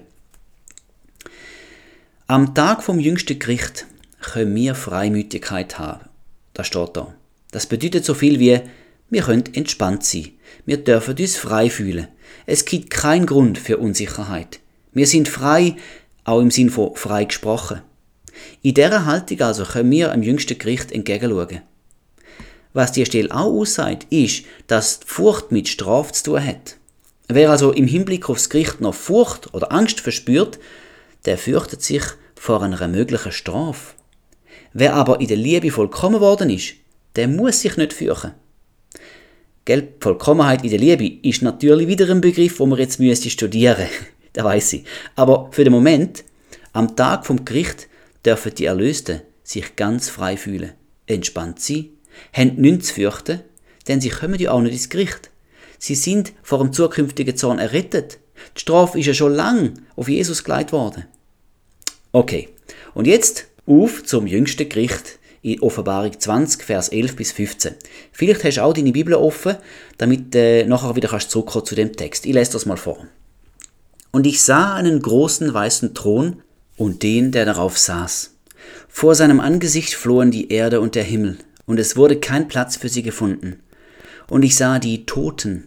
Am Tag vom jüngsten Gericht können wir Freimütigkeit haben. Das steht da. Das bedeutet so viel wie, wir können entspannt sein. Wir dürfen uns frei fühlen. Es gibt keinen Grund für Unsicherheit. Wir sind frei, auch im Sinn von frei gesprochen. In dieser Haltung also können wir am jüngsten Gericht entgegenschauen. Was die Stelle auch aussagt, ist, dass die Furcht mit Strafe zu tun hat. Wer also im Hinblick aufs Gericht noch Furcht oder Angst verspürt, der fürchtet sich vor einer möglichen Strafe. Wer aber in der Liebe vollkommen worden ist, der muss sich nicht fürchten. Gell, Vollkommenheit in der Liebe ist natürlich wieder ein Begriff, den wir jetzt müssen studieren müssen. Das weiss ich. Aber für den Moment, am Tag vom Gericht, dürfen die Erlösten sich ganz frei fühlen, entspannt sein, haben nichts zu fürchten, denn sie kommen ja auch nicht ins Gericht. Sie sind vor dem zukünftigen Zorn errettet. Die Strafe ist ja schon lang auf Jesus gelegt worden. Okay, und jetzt auf zum jüngsten Gericht in Offenbarung zwanzig, Vers elf bis fünfzehn. Vielleicht hast du auch deine Bibel offen, damit du äh, nachher wieder kannst zurückkommen zu dem Text. Ich lese das mal vor. Und ich sah einen großen weißen Thron und den, der darauf saß. Vor seinem Angesicht flohen die Erde und der Himmel, und es wurde kein Platz für sie gefunden. Und ich sah die Toten,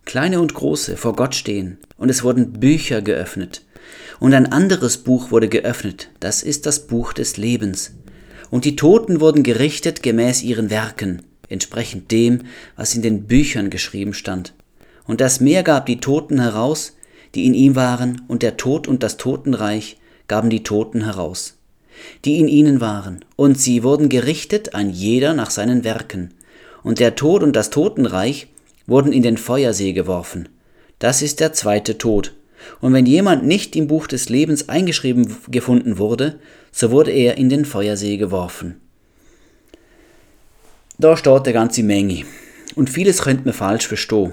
kleine und große, vor Gott stehen, und es wurden Bücher geöffnet. Und ein anderes Buch wurde geöffnet, das ist das Buch des Lebens. Und die Toten wurden gerichtet gemäß ihren Werken, entsprechend dem, was in den Büchern geschrieben stand. Und das Meer gab die Toten heraus, die in ihm waren, und der Tod und das Totenreich gaben die Toten heraus, die in ihnen waren, und sie wurden gerichtet, ein jeder nach seinen Werken. Und der Tod und das Totenreich wurden in den Feuersee geworfen. Das ist der zweite Tod. Und wenn jemand nicht im Buch des Lebens eingeschrieben gefunden wurde, so wurde er in den Feuersee geworfen. Da steht eine ganze Menge. Und vieles könnte man falsch verstehen.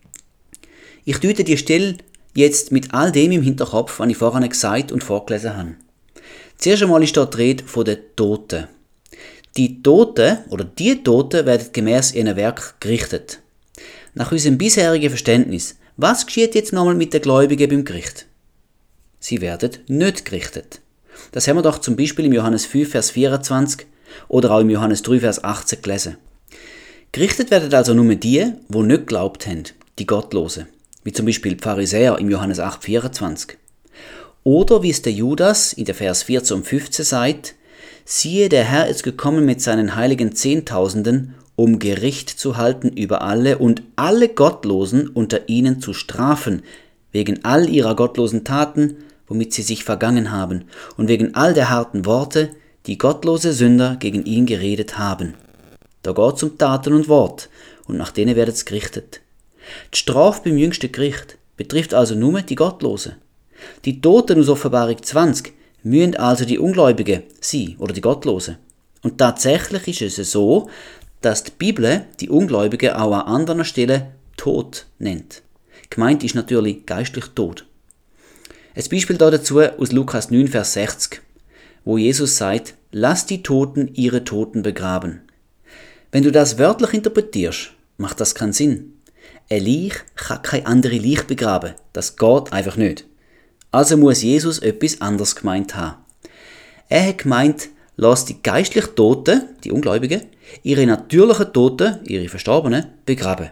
Ich deute die Stelle jetzt mit all dem im Hinterkopf, was ich vorhin gesagt und vorgelesen habe. Zuerst einmal ist dort die Rede von den Toten. Die Toten oder die Toten werden gemäß ihrem Werk gerichtet. Nach unserem bisherigen Verständnis, was geschieht jetzt nochmal mit den Gläubigen beim Gericht? Sie werden nicht gerichtet. Das haben wir doch zum Beispiel im Johannes fünf, Vers vierundzwanzig oder auch im Johannes drei, Vers achtzehn gelesen. Gerichtet werden also nur die, die nicht geglaubt haben, die Gottlosen, wie zum Beispiel die Pharisäer im Johannes acht, vierundzwanzig. Oder wie es der Judas in der Vers vierzehn und fünfzehn sagt, siehe, der Herr ist gekommen mit seinen heiligen Zehntausenden, um Gericht zu halten über alle und alle Gottlosen unter ihnen zu strafen, wegen all ihrer gottlosen Taten, womit sie sich vergangen haben, und wegen all der harten Worte, die gottlose Sünder gegen ihn geredet haben. Da geht es um Taten und Wort, und nach denen wird es gerichtet. Die Strafe beim jüngsten Gericht betrifft also nur die Gottlosen. Die Toten aus Offenbarung zwanzig müssen also die Ungläubigen sein oder die Gottlosen. Und tatsächlich ist es so, dass die Bibel die Ungläubigen auch an anderen Stellen tot nennt. Gemeint ist natürlich geistlich tot. Ein Beispiel dazu aus Lukas neun, Vers sechzig, wo Jesus sagt, lass die Toten ihre Toten begraben. Wenn du das wörtlich interpretierst, macht das keinen Sinn. Ein Leich kann keine andere Leich begraben. Das geht einfach nicht. Also muss Jesus etwas anderes gemeint haben. Er hat gemeint, lass die geistlich Toten, die Ungläubigen, ihre natürlichen Toten, ihre Verstorbenen, begraben.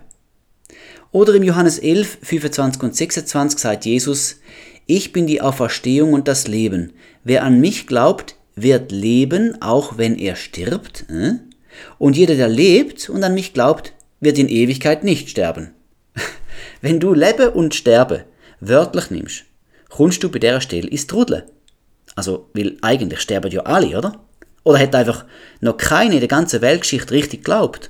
Oder im Johannes elf, fünfundzwanzig und sechsundzwanzig sagt Jesus, ich bin die Auferstehung und das Leben. Wer an mich glaubt, wird leben, auch wenn er stirbt. Und jeder, der lebt und an mich glaubt, wird in Ewigkeit nicht sterben. Wenn du Leben und Sterben wörtlich nimmst, kommst du bei dieser Stelle ins Trudeln. Also, weil eigentlich sterben ja alle, oder? Oder hat einfach noch keiner in der ganzen Weltgeschichte richtig geglaubt?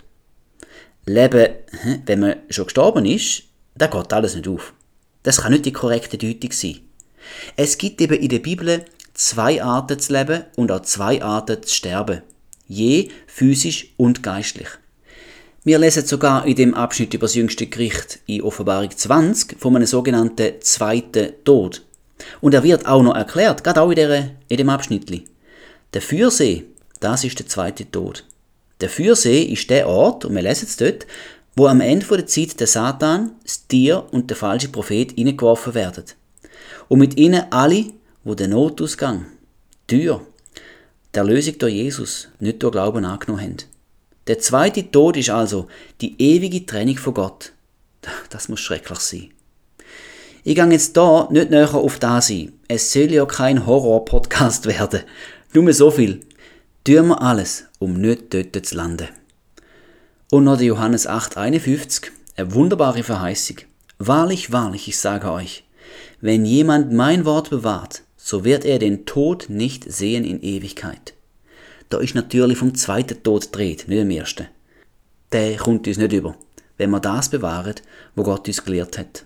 Leben, wenn man schon gestorben ist, da geht alles nicht auf. Das kann nicht die korrekte Deutung sein. Es gibt eben in der Bibel zwei Arten zu leben und auch zwei Arten zu sterben. Je physisch und geistlich. Wir lesen sogar in dem Abschnitt über das jüngste Gericht in Offenbarung zwanzig von einem sogenannten zweiten Tod. Und er wird auch noch erklärt, gerade auch in, der, in dem Abschnitt. Der Feuersee, das ist der zweite Tod. Der Feuersee ist der Ort, und wir lesen es dort, wo am Ende der Zeit der Satan, das Tier und der falsche Prophet hineingeworfen werden. Und mit ihnen alle, wo den Notausgang, die Tür, der Erlösung durch Jesus, nicht durch Glauben angenommen haben. Der zweite Tod ist also die ewige Trennung von Gott. Das muss schrecklich sein. Ich gehe jetzt hier nicht näher auf das ein. Es soll ja kein Horror-Podcast werden. Nur so viel. Tun wir alles, um nicht dort zu landen. Und noch der Johannes acht, einundfünfzig, eine wunderbare Verheißung. Wahrlich, wahrlich, ich sage euch, wenn jemand mein Wort bewahrt, so wird er den Tod nicht sehen in Ewigkeit. Da ist natürlich vom zweiten Tod dreht, nicht dem ersten. Der kommt uns nicht über, wenn wir das bewahren, wo Gott uns gelehrt hat.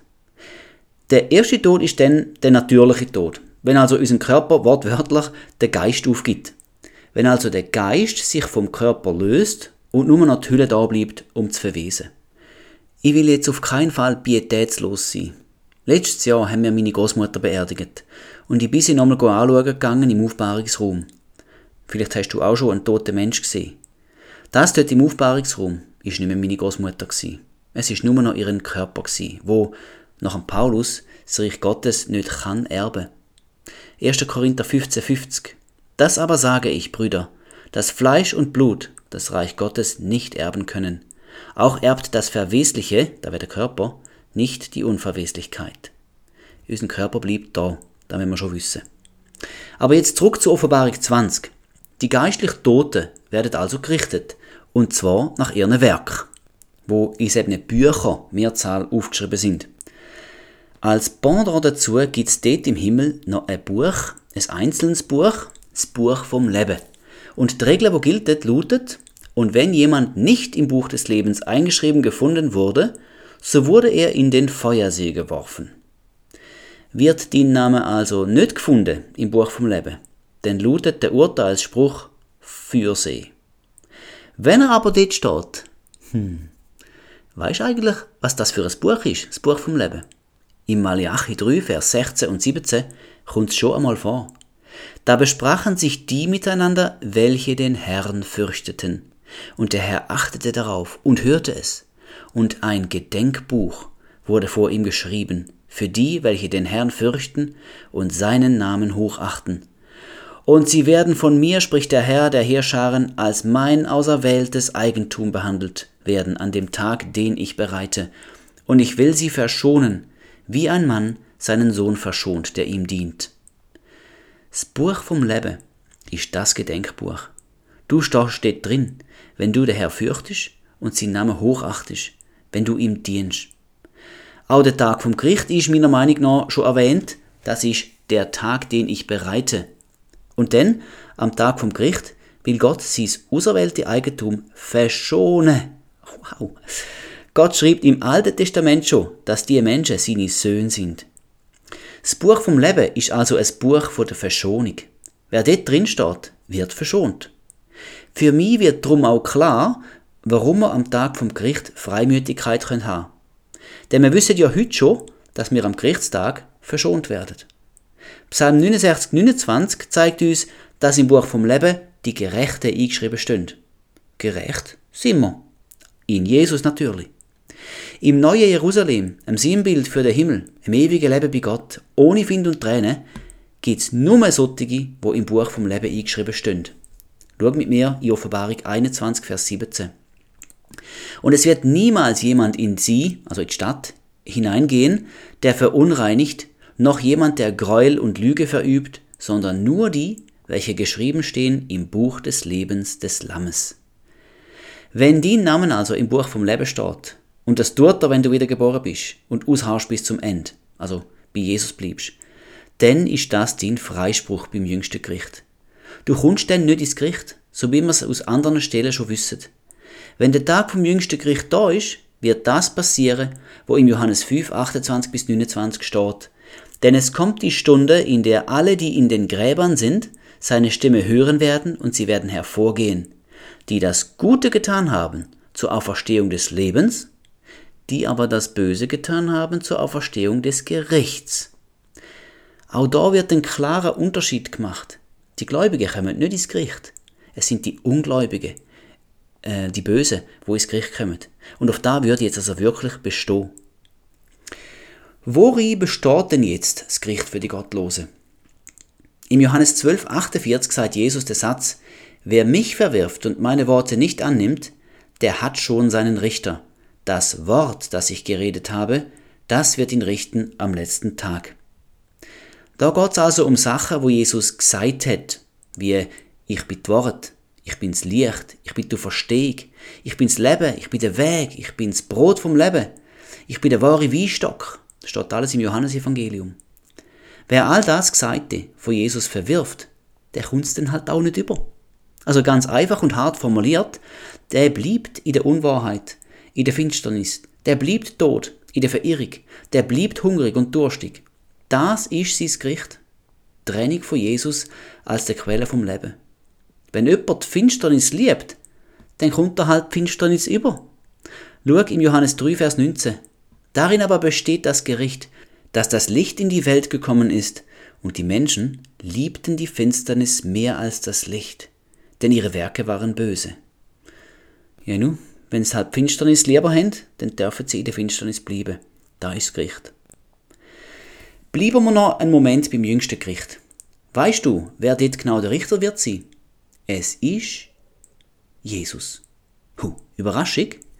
Der erste Tod ist dann der natürliche Tod, wenn also unser Körper wortwörtlich den Geist aufgibt. Wenn also der Geist sich vom Körper löst und nur noch die Hülle da bleibt, um zu verwesen. Ich will jetzt auf keinen Fall pietätslos sein. Letztes Jahr haben wir meine Großmutter beerdigt und ich bin sie nochmal anschauen gegangen im Aufbahrungsraum. Vielleicht hast du auch schon einen toten Mensch gesehen. Das dort im Aufbahrungsraum war nicht mehr meine Großmutter. Es war nur noch ihren Körper, wo nach dem Paulus das Reich Gottes nicht kann erben. erster Korinther fünfzehn, fünfzig. Das aber sage ich, Brüder, dass Fleisch und Blut das Reich Gottes nicht erben können. Auch erbt das Verwesliche, da wäre der Körper, nicht die Unverweslichkeit. Unser Körper bleibt da, das müssen wir schon wissen. Aber jetzt zurück zur Offenbarung zwanzig. Die geistlich Toten werden also gerichtet, und zwar nach ihren Werk, wo in sieben Bücher Mehrzahl aufgeschrieben sind. Als Pendant dazu gibt es dort im Himmel noch ein Buch, ein einzelnes Buch, das Buch vom Leben. Und die Regel, die gilt, lautet: Und wenn jemand nicht im Buch des Lebens eingeschrieben gefunden wurde, so wurde er in den Feuersee geworfen. Wird dein Name also nicht gefunden im Buch vom Leben, dann lautet der Urteilsspruch Feuersee. Wenn er aber dort steht, hm, weisst du eigentlich, was das für ein Buch ist, das Buch vom Leben? Im Malachi drei, Vers sechzehn und siebzehn kommt es schon einmal vor. Da besprachen sich die miteinander, welche den Herrn fürchteten. Und der Herr achtete darauf und hörte es. Und ein Gedenkbuch wurde vor ihm geschrieben, für die, welche den Herrn fürchten und seinen Namen hochachten. Und sie werden von mir, spricht der Herr der Heerscharen, als mein auserwähltes Eigentum behandelt werden an dem Tag, den ich bereite. Und ich will sie verschonen, wie ein Mann seinen Sohn verschont, der ihm dient. Das Buch vom Leben ist das Gedenkbuch. Du stehst dort drin, wenn du den Herr fürchtest und seinen Namen hochachtest, wenn du ihm dienst. Auch der Tag vom Gericht ist meiner Meinung nach schon erwähnt. Das ist der Tag, den ich bereite. Und dann, am Tag vom Gericht, will Gott sein auserwählte Eigentum verschonen. Wow. Gott schreibt im Alten Testament schon, dass die Menschen seine Söhne sind. Das Buch vom Leben ist also ein Buch von der Verschonung. Wer dort drin steht, wird verschont. Für mich wird darum auch klar, warum wir am Tag vom Gericht Freimütigkeit haben können. Denn wir wissen ja heute schon, dass wir am Gerichtstag verschont werden. Psalm neunundsechzig, neunundzwanzig zeigt uns, dass im Buch vom Leben die Gerechten eingeschrieben stehen. Gerecht sind wir. In Jesus natürlich. Im neuen Jerusalem, ein Sinnbild für den Himmel, im ewigen Leben bei Gott, ohne Wind und Tränen, gibt es nur solche, die im Buch vom Leben eingeschrieben stehen. Schau mit mir in Offenbarung einundzwanzig, Vers siebzehn. Und es wird niemals jemand in sie, also in die Stadt, hineingehen, der verunreinigt, noch jemand, der Gräuel und Lüge verübt, sondern nur die, welche geschrieben stehen im Buch des Lebens des Lammes. Wenn dein Name also im Buch vom Leben steht, und das tut er, wenn du wieder geboren bist und ausharrst bis zum Ende, also bei Jesus bleibst, dann ist das dein Freispruch beim jüngsten Gericht. Du kommst dann nicht ins Gericht, so wie wir es aus anderen Stellen schon wissen. Wenn der Tag vom jüngsten Gericht da ist, wird das passieren, wo im Johannes fünf, achtundzwanzig bis neunundzwanzig steht. Denn es kommt die Stunde, in der alle, die in den Gräbern sind, seine Stimme hören werden und sie werden hervorgehen, die das Gute getan haben zur Auferstehung des Lebens, die aber das Böse getan haben zur Auferstehung des Gerichts. Auch da wird ein klarer Unterschied gemacht. Die Gläubigen kommen nicht ins Gericht. Es sind die Ungläubigen, äh, die Bösen, die ins Gericht kommen. Und auf da wird jetzt also wirklich bestehen. Worin besteht denn jetzt das Gericht für die Gottlosen? Im Johannes zwölf, achtundvierzig sagt Jesus den Satz: Wer mich verwirft und meine Worte nicht annimmt, der hat schon seinen Richter. Das Wort, das ich geredet habe, das wird ihn richten am letzten Tag. Da geht es also um Sachen, wo Jesus gesagt hat, wie: Ich bin die Wort, ich bin das Licht, ich bin die Verstehung, ich bin das Leben, ich bin der Weg, ich bin das Brot vom Leben, ich bin der wahre Weinstock. Das steht alles im Johannesevangelium. Wer all das Gesagte von Jesus verwirft, der kommt es dann halt auch nicht über. Also ganz einfach und hart formuliert, der bleibt in der Unwahrheit, in der Finsternis, der bleibt tot, in der Verirrung, der bleibt hungrig und durstig. Das ist sein Gericht. Die Trennung von Jesus als der Quelle vom Leben. Wenn jemand die Finsternis liebt, dann kommt er halt die Finsternis über. Schau im Johannes drei, Vers neunzehn. Darin aber besteht das Gericht, dass das Licht in die Welt gekommen ist, und die Menschen liebten die Finsternis mehr als das Licht, denn ihre Werke waren böse. Ja nu, wenn sie halt Finsternis lieber haben, dann dürfen sie in der Finsternis bleiben. Da ist das Gericht. Bleiben wir noch einen Moment beim jüngsten Gericht. Weißt du, wer dort genau der Richter wird sein? Es ist Jesus. Huh, Überraschung?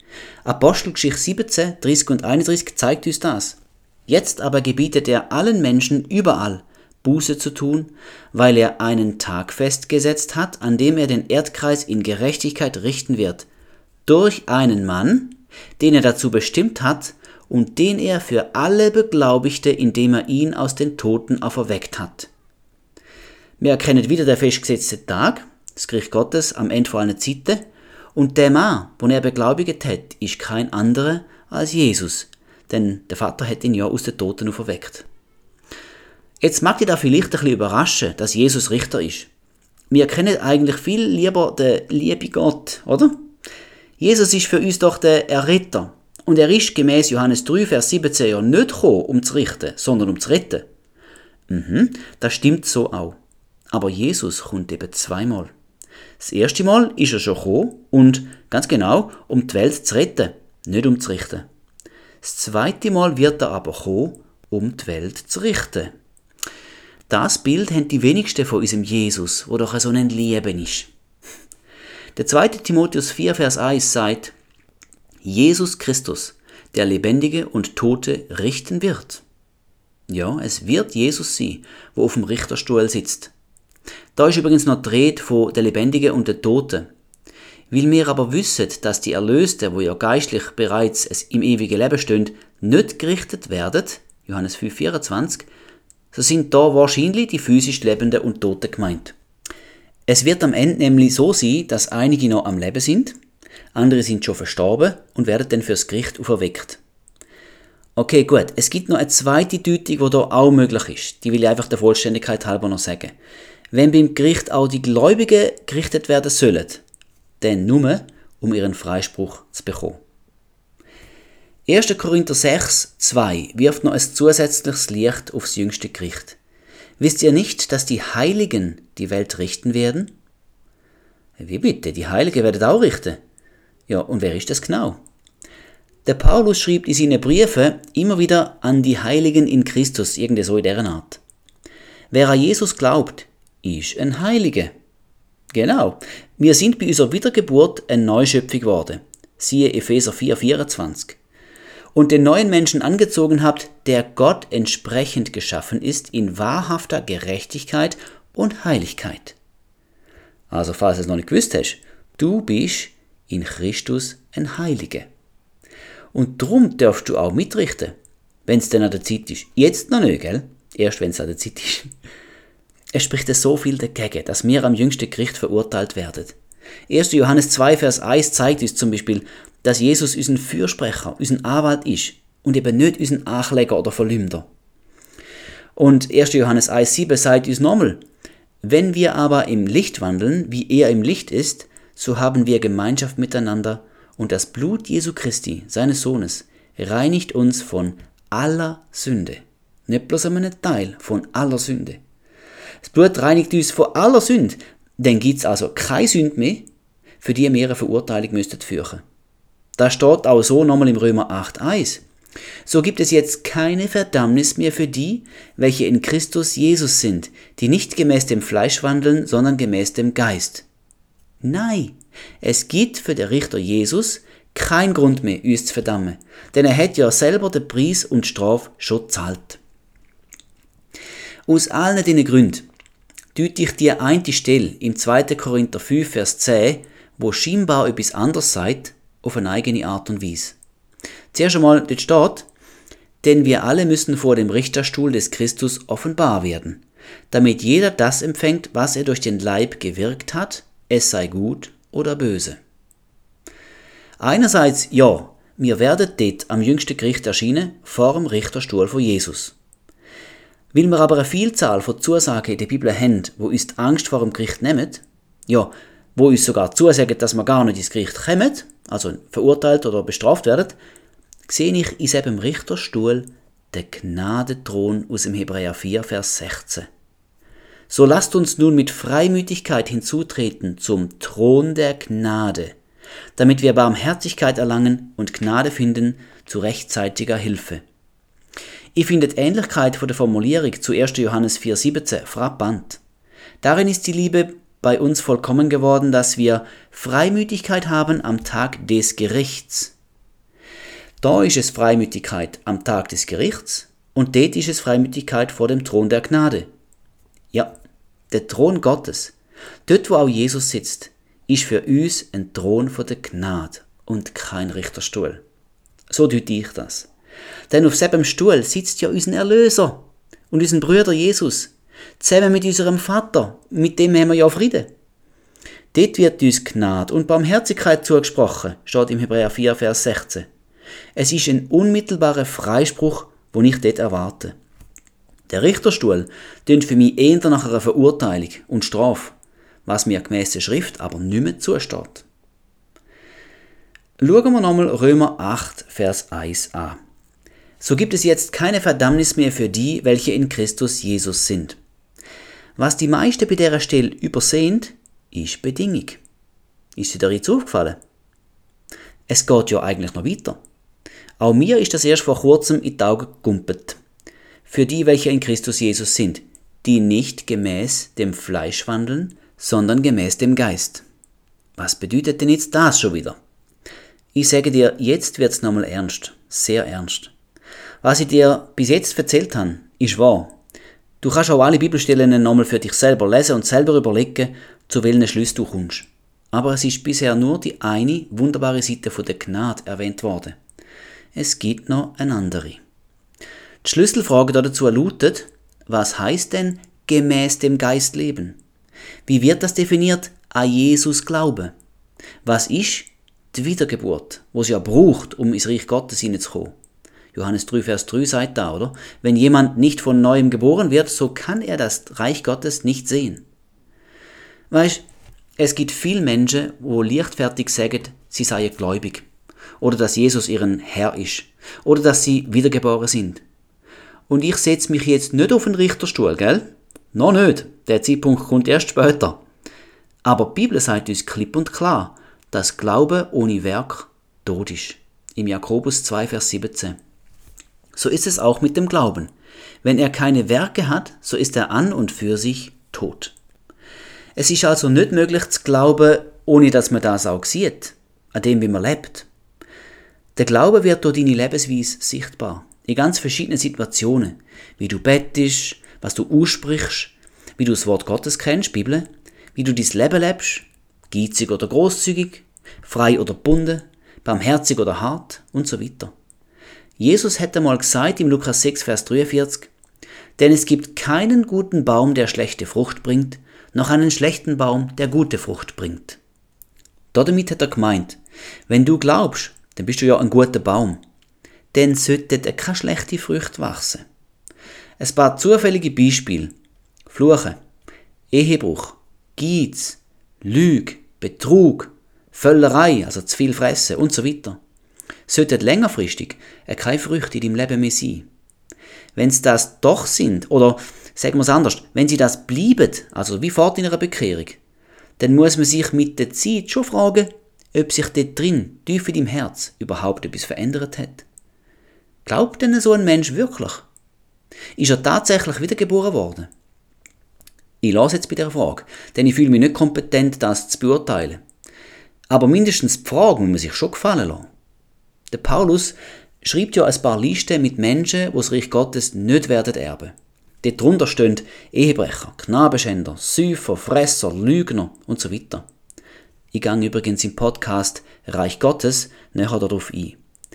Apostelgeschichte siebzehn, dreißig und einunddreißig zeigt uns das. Jetzt aber gebietet er allen Menschen überall, Buße zu tun, weil er einen Tag festgesetzt hat, an dem er den Erdkreis in Gerechtigkeit richten wird, durch einen Mann, den er dazu bestimmt hat und den er für alle beglaubigte, indem er ihn aus den Toten auferweckt hat. Wir erkennen wieder den festgesetzten Tag, das Gericht Gottes am Ende von allen Zeiten, und der Mann, den er beglaubigt hat, ist kein anderer als Jesus, denn der Vater hat ihn ja aus den Toten auferweckt. Jetzt mag dich da vielleicht ein bisschen überraschen, dass Jesus Richter ist. Wir kennen eigentlich viel lieber den lieben Gott, oder? Jesus ist für uns doch der Erretter. Und er ist gemäß Johannes drei, Vers siebzehn ja nicht gekommen, um zu richten, sondern um zu retten. Mhm, das stimmt so auch. Aber Jesus kommt eben zweimal. Das erste Mal ist er schon gekommen und ganz genau, um die Welt zu retten, nicht um zu richten. Das zweite Mal wird er aber kommen, um die Welt zu richten. Das Bild haben die wenigsten von unserem Jesus, wo doch so ein Leben ist. Der zweite Timotheus vier, Vers eins sagt, Jesus Christus, der Lebendige und Tote richten wird. Ja, es wird Jesus sein, wo auf dem Richterstuhl sitzt. Da ist übrigens noch die Rede von der Lebendigen und der Toten. Weil wir aber wissen, dass die Erlösten, wo ja geistlich bereits im ewigen Leben stehen, nicht gerichtet werden, Johannes fünf, vierundzwanzig, so sind da wahrscheinlich die physisch Lebenden und Toten gemeint. Es wird am Ende nämlich so sein, dass einige noch am Leben sind, andere sind schon verstorben und werden dann fürs Gericht auferweckt. Okay, gut, es gibt noch eine zweite Deutung, die da auch möglich ist. Die will ich einfach der Vollständigkeit halber noch sagen. Wenn beim Gericht auch die Gläubigen gerichtet werden sollen, dann nur, um ihren Freispruch zu bekommen. erster Korinther sechs, zwei wirft noch ein zusätzliches Licht aufs jüngste Gericht. Wisst ihr nicht, dass die Heiligen die Welt richten werden? Wie bitte? Die Heiligen werden auch richten? Ja, und wer ist das genau? Der Paulus schreibt in seinen Briefen immer wieder an die Heiligen in Christus, irgendwie so in dieser Art. Wer an Jesus glaubt, ist ein Heiliger. Genau, wir sind bei unserer Wiedergeburt eine Neuschöpfung geworden. Siehe Epheser vier, vierundzwanzig. Und den neuen Menschen angezogen habt, der Gott entsprechend geschaffen ist in wahrhafter Gerechtigkeit und Heiligkeit. Also falls du es noch nicht gewusst hast, du bist in Christus ein Heiliger. Und darum darfst du auch mitrichten, wenn es dann an der Zeit ist. Jetzt noch nicht, gell? Erst wenn es an der Zeit ist. Es spricht so viel dagegen, dass wir am jüngsten Gericht verurteilt werden. erster Johannes zwei, Vers eins zeigt uns zum Beispiel, dass Jesus unser Fürsprecher, unser Anwalt ist und eben nicht unser Ankläger oder Verleumder. Und erster Johannes eins, sieben sagt uns nochmal, wenn wir aber im Licht wandeln, wie er im Licht ist, so haben wir Gemeinschaft miteinander und das Blut Jesu Christi, seines Sohnes, reinigt uns von aller Sünde. Nicht bloß einen Teil, von aller Sünde. Das Blut reinigt uns von aller Sünde, dann gibt es also keine Sünde mehr, für die wir eine Verurteilung müssten fürchten. Das steht auch so nochmal im Römer acht, eins. So gibt es jetzt keine Verdammnis mehr für die, welche in Christus Jesus sind, die nicht gemäß dem Fleisch wandeln, sondern gemäß dem Geist. Nein, es gibt für den Richter Jesus keinen Grund mehr, uns zu verdammen, denn er hat ja selber den Preis und die Strafe schon gezahlt. Aus allen diesen Gründen deute ich dir eine Stelle im zweiter Korinther fünf, Vers zehn, wo scheinbar etwas anderes sagt, auf eine eigene Art und Weise. Zuerst einmal, dort steht, denn wir alle müssen vor dem Richterstuhl des Christus offenbar werden, damit jeder das empfängt, was er durch den Leib gewirkt hat, es sei gut oder böse. Einerseits, ja, wir werden dort am jüngsten Gericht erscheinen, vor dem Richterstuhl von Jesus. Weil wir aber eine Vielzahl von Zusagen in der Bibel haben, wo uns die Angst vor dem Gericht nehmen, ja, wo uns sogar zusagen, dass wir gar nicht ins Gericht kommen, also verurteilt oder bestraft werden, sehe ich in diesem Richterstuhl den Gnadenthron aus dem Hebräer vier, Vers sechzehn. So lasst uns nun mit Freimütigkeit hinzutreten zum Thron der Gnade, damit wir Barmherzigkeit erlangen und Gnade finden zu rechtzeitiger Hilfe. Ich finde die Ähnlichkeit von der Formulierung zu erster Johannes vier, siebzehn frappant. Darin ist die Liebe bei uns vollkommen geworden, dass wir Freimütigkeit haben am Tag des Gerichts. Da ist es Freimütigkeit am Tag des Gerichts und dort ist es Freimütigkeit vor dem Thron der Gnade. Ja, der Thron Gottes, dort wo auch Jesus sitzt, ist für uns ein Thron von der Gnade und kein Richterstuhl. So deute ich das. Denn auf selben Stuhl sitzt ja unser Erlöser und unser Bruder Jesus, zusammen mit unserem Vater, mit dem haben wir ja Frieden. Dort wird uns Gnade und Barmherzigkeit zugesprochen, steht im Hebräer vier, Vers sechzehn. Es ist ein unmittelbarer Freispruch, den ich dort erwarte. Der Richterstuhl tönt für mich eher nach einer Verurteilung und Strafe, was mir gemäss der Schrift aber nicht mehr zusteht. Schauen wir nochmal Römer acht, Vers eins an. So gibt es jetzt keine Verdammnis mehr für die, welche in Christus Jesus sind. Was die meisten bei dieser Stelle übersehen, ist Bedingung. Ist dir da jetzt aufgefallen? Es geht ja eigentlich noch weiter. Auch mir ist das erst vor kurzem in die Augen gegumpelt. Für die, welche in Christus Jesus sind, die nicht gemäß dem Fleisch wandeln, sondern gemäß dem Geist. Was bedeutet denn jetzt das schon wieder? Ich sage dir, jetzt wird's nochmal ernst. Sehr ernst. Was ich dir bis jetzt erzählt habe, ist wahr. Du kannst auch alle Bibelstellen nochmal für dich selber lesen und selber überlegen, zu welchen Schluss du kommst. Aber es ist bisher nur die eine wunderbare Seite von der Gnade erwähnt worden. Es gibt noch eine andere. Die Schlüsselfrage dazu lautet, was heißt denn gemäß dem Geist leben? Wie wird das definiert? An Jesus glauben. Was ist die Wiedergeburt, wo es ja braucht, um ins Reich Gottes hineinzukommen? Johannes drei, Vers drei sagt da, oder? Wenn jemand nicht von Neuem geboren wird, so kann er das Reich Gottes nicht sehen. Weißt, es gibt viele Menschen, die leichtfertig sagen, sie seien gläubig. Oder dass Jesus ihren Herr ist. Oder dass sie wiedergeboren sind. Und ich setze mich jetzt nicht auf den Richterstuhl, gell? Noch nicht. Der Zeitpunkt kommt erst später. Aber die Bibel sagt uns klipp und klar, dass Glaube ohne Werk tot ist. Im Jakobus zwei, Vers siebzehn. So ist es auch mit dem Glauben. Wenn er keine Werke hat, so ist er an und für sich tot. Es ist also nicht möglich zu glauben, ohne dass man das auch sieht, an dem, wie man lebt. Der Glaube wird durch deine Lebensweise sichtbar. In ganz verschiedenen Situationen. Wie du bettest, was du aussprichst, wie du das Wort Gottes kennst, Bibel, wie du dein Leben lebst, geizig oder grosszügig, frei oder gebunden, barmherzig oder hart und so weiter. Jesus hätte mal gesagt im Lukas sechs, Vers dreiundvierzig, denn es gibt keinen guten Baum, der schlechte Frucht bringt, noch einen schlechten Baum, der gute Frucht bringt. Damit hat er gemeint, wenn du glaubst, dann bist du ja ein guter Baum, dann sollten keine schlechte Früchte wachsen. Ein paar zufällige Beispiele. Fluchen, Ehebruch, Geiz, Lüge, Betrug, Völlerei, also zu viel fressen und so weiter. Sollten längerfristig keine Früchte in deinem Leben mehr sein. Wenn es das doch sind, oder sagen wir es anders, wenn sie das bleiben, also wie vor deiner Bekehrung, dann muss man sich mit der Zeit schon fragen, ob sich dort drin, tief in deinem Herz, überhaupt etwas verändert hat. Glaubt denn so ein Mensch wirklich? Ist er tatsächlich wiedergeboren worden? Ich lasse jetzt bei dieser Frage, denn ich fühle mich nicht kompetent, das zu beurteilen. Aber mindestens die Frage muss man sich schon gefallen lassen. Der Paulus schreibt ja ein paar Listen mit Menschen, die das Reich Gottes nicht werden erben. Dort drunter stehen Ehebrecher, Knabenschänder, Säufer, Fresser, Lügner und so weiter. Ich gehe übrigens im Podcast Reich Gottes näher darauf ein.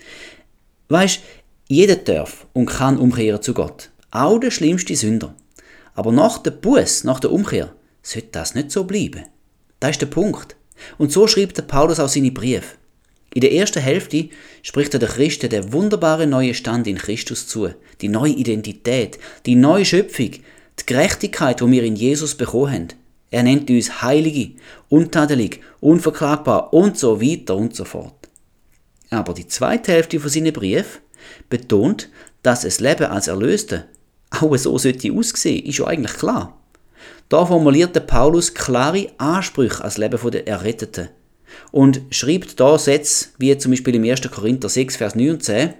Weisst, jeder darf und kann umkehren zu Gott. Auch der schlimmste Sünder. Aber nach der Buß, nach der Umkehr, sollte das nicht so bleiben. Das ist der Punkt. Und so schreibt der Paulus auch seine Briefe. In der ersten Hälfte spricht er der Christen der wunderbare neue Stand in Christus zu, die neue Identität, die neue Schöpfung, die Gerechtigkeit, die wir in Jesus bekommen haben. Er nennt uns Heilige, untadelig, unverklagbar und so weiter und so fort. Aber die zweite Hälfte von seinen Briefen betont, dass das Leben als Erlöste auch so sollte aussehen, ist ja eigentlich klar. Da formuliert der Paulus klare Ansprüche als Leben der Erretteten und schreibt da Sätze, wie zum Beispiel im ersten Korinther sechs, Vers neun und zehn.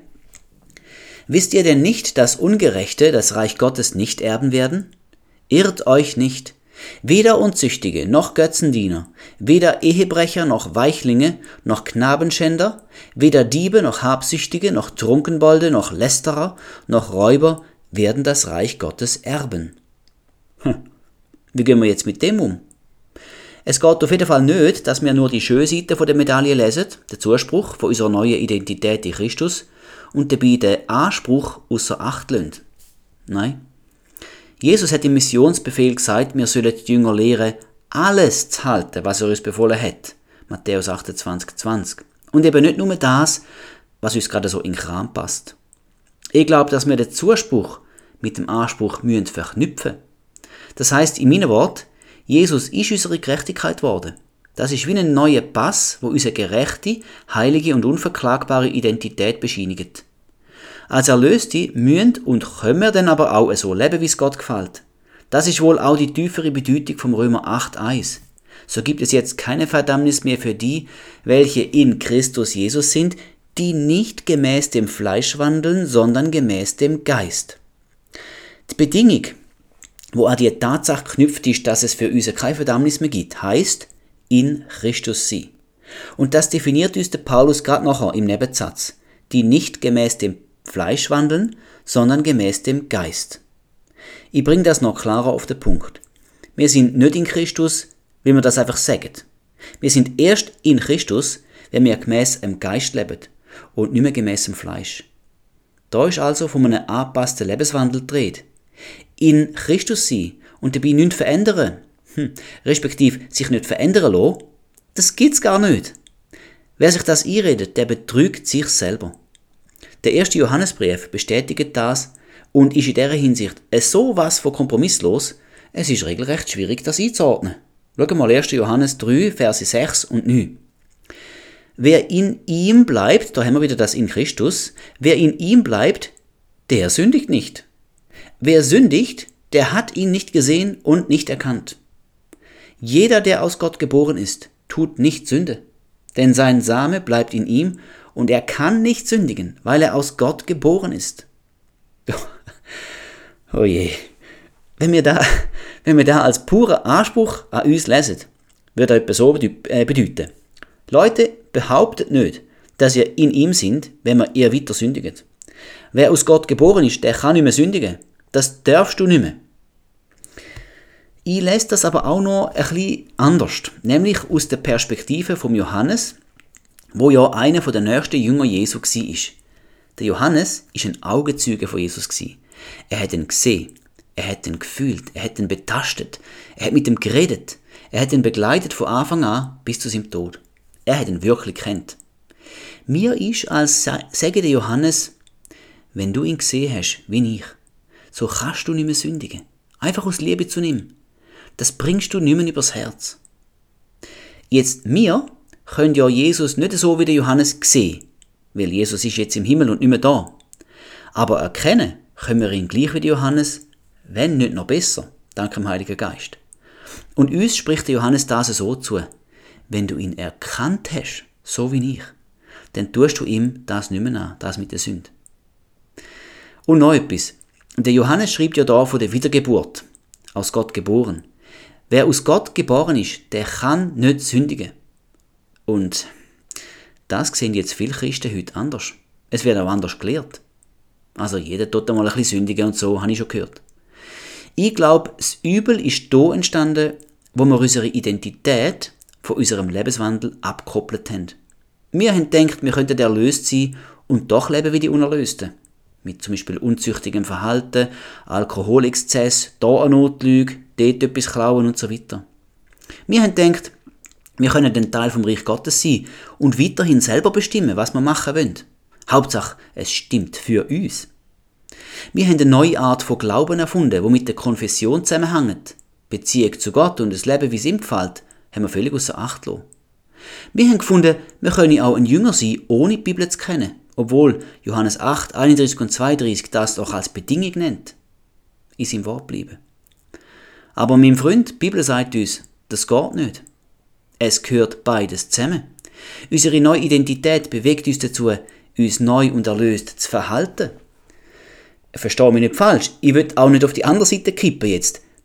Wisst ihr denn nicht, dass Ungerechte das Reich Gottes nicht erben werden? Irrt euch nicht, Weder Unzüchtige noch Götzendiener, weder Ehebrecher noch Weichlinge noch Knabenschänder, weder Diebe noch Habsüchtige noch Trunkenbolde noch Lästerer noch Räuber werden das Reich Gottes erben. Hm. Wie gehen wir jetzt mit dem um? Es geht auf jeden Fall nicht, dass wir nur die schöne Seite der Medaille lesen, den Zuspruch von unserer neuen Identität in Christus, und dabei den Anspruch außer Acht lassen. Nein. Jesus hat im Missionsbefehl gesagt, wir sollen die Jünger lehren, alles zu halten, was er uns befohlen hat. Matthäus achtundzwanzig, zwanzig. Und eben nicht nur das, was uns gerade so in den Kram passt. Ich glaube, dass wir den Zuspruch mit dem Anspruch müssen verknüpfen. Das heisst, in meinen Worten, Jesus ist unsere Gerechtigkeit geworden. Das ist wie ein neuer Pass, wo unsere gerechte, heilige und unverklagbare Identität bescheinigt. Als Erlöste müssen und können wir dann aber auch so leben, wie es Gott gefällt. Das ist wohl auch die tiefere Bedeutung vom Römer acht, eins. So gibt es jetzt keine Verdammnis mehr für die, welche in Christus Jesus sind, die nicht gemäß dem Fleisch wandeln, sondern gemäß dem Geist. Die Bedingung, wo an die Tatsache knüpft ist, dass es für uns keine Verdammnis mehr gibt, heisst in Christus sein. Und das definiert uns der Paulus gerade nachher im Nebensatz, die nicht gemäß dem Fleisch wandeln, sondern gemäß dem Geist. Ich bringe das noch klarer auf den Punkt. Wir sind nicht in Christus, wie wir das einfach sagen. Wir sind erst in Christus, wenn wir gemäß dem Geist leben und nicht mehr gemäß dem Fleisch. Da ist also von einem angepassten Lebenswandel die Rede. In Christus sein und dabei nichts verändern, hm, respektive sich nicht verändern lassen, das gibt's gar nicht. Wer sich das einredet, der betrügt sich selber. Der erste Johannesbrief bestätigt das und ist in dieser Hinsicht so was von kompromisslos, es ist regelrecht schwierig, das einzuordnen. Schau mal erster Johannes drei, Verse sechs und neun. Wer in ihm bleibt, da haben wir wieder das in Christus, wer in ihm bleibt, der sündigt nicht. Wer sündigt, der hat ihn nicht gesehen und nicht erkannt. Jeder, der aus Gott geboren ist, tut nicht Sünde, denn sein Same bleibt in ihm und er kann nicht sündigen, weil er aus Gott geboren ist. Oh je. Wenn wir da, wenn wir da als purer Anspruch an uns lesen, wird das etwas so bedeuten. Leute, behauptet nicht, dass ihr in ihm sind, wenn wir eher weiter sündigt. Wer aus Gott geboren ist, der kann nicht mehr sündigen. Das darfst du nicht mehr. Ich lese das aber auch noch ein bisschen anders, nämlich aus der Perspektive von Johannes, wo ja einer der nächsten Jünger Jesu war. Der Johannes war ein Augenzeuge von Jesus. Er hat ihn gesehen, er hat ihn gefühlt, er hat ihn betastet, er hat mit ihm geredet, er hat ihn begleitet von Anfang an bis zu seinem Tod. Er hat ihn wirklich kennt. Mir ist als sage der Johannes, wenn du ihn gesehen hast, wie ich, so kannst du nicht mehr sündigen. Einfach aus Liebe zu ihm. Das bringst du nicht mehr übers Herz. Jetzt, wir können ja Jesus nicht so wie der Johannes sehen, weil Jesus ist jetzt im Himmel und nicht mehr da. Aber erkennen können wir ihn gleich wie der Johannes, wenn nicht noch besser, dank dem Heiligen Geist. Und uns spricht der Johannes das so zu, wenn du ihn erkannt hast, so wie ich, dann tust du ihm das nicht mehr an, das mit der Sünde. Und noch etwas. Der Johannes schreibt ja da von der Wiedergeburt, aus Gott geboren. Wer aus Gott geboren ist, der kann nicht sündigen. Und das sehen jetzt viele Christen heute anders. Es wird auch anders gelehrt. Also jeder tut einmal ein bisschen sündigen und so, habe ich schon gehört. Ich glaube, das Übel ist da entstanden, wo wir unsere Identität von unserem Lebenswandel abgekoppelt haben. Wir haben gedacht, wir könnten erlöst sein und doch leben wie die Unerlösten. Mit zum Beispiel unzüchtigem Verhalten, Alkoholexzess, da eine Notlüge, dort etwas klauen und so weiter. Wir haben gedacht, wir können ein Teil vom Reich Gottes sein und weiterhin selber bestimmen, was wir machen wollen. Hauptsache, es stimmt für uns. Wir haben eine neue Art von Glauben erfunden, die mit der Konfession zusammenhängt. Beziehung zu Gott und das Leben, wie es ihm gefällt, haben wir völlig außer Acht gelassen. Wir haben gefunden, wir können auch ein Jünger sein, ohne die Bibel zu kennen, obwohl Johannes acht, einunddreißig und zweiunddreißig das doch als Bedingung nennt. In seinem Wort bleiben. Aber mein Freund, die Bibel sagt uns, das geht nicht. Es gehört beides zusammen. Unsere neue Identität bewegt uns dazu, uns neu und erlöst zu verhalten. Verstehe mich nicht falsch, ich will auch nicht auf die andere Seite kippen jetzt,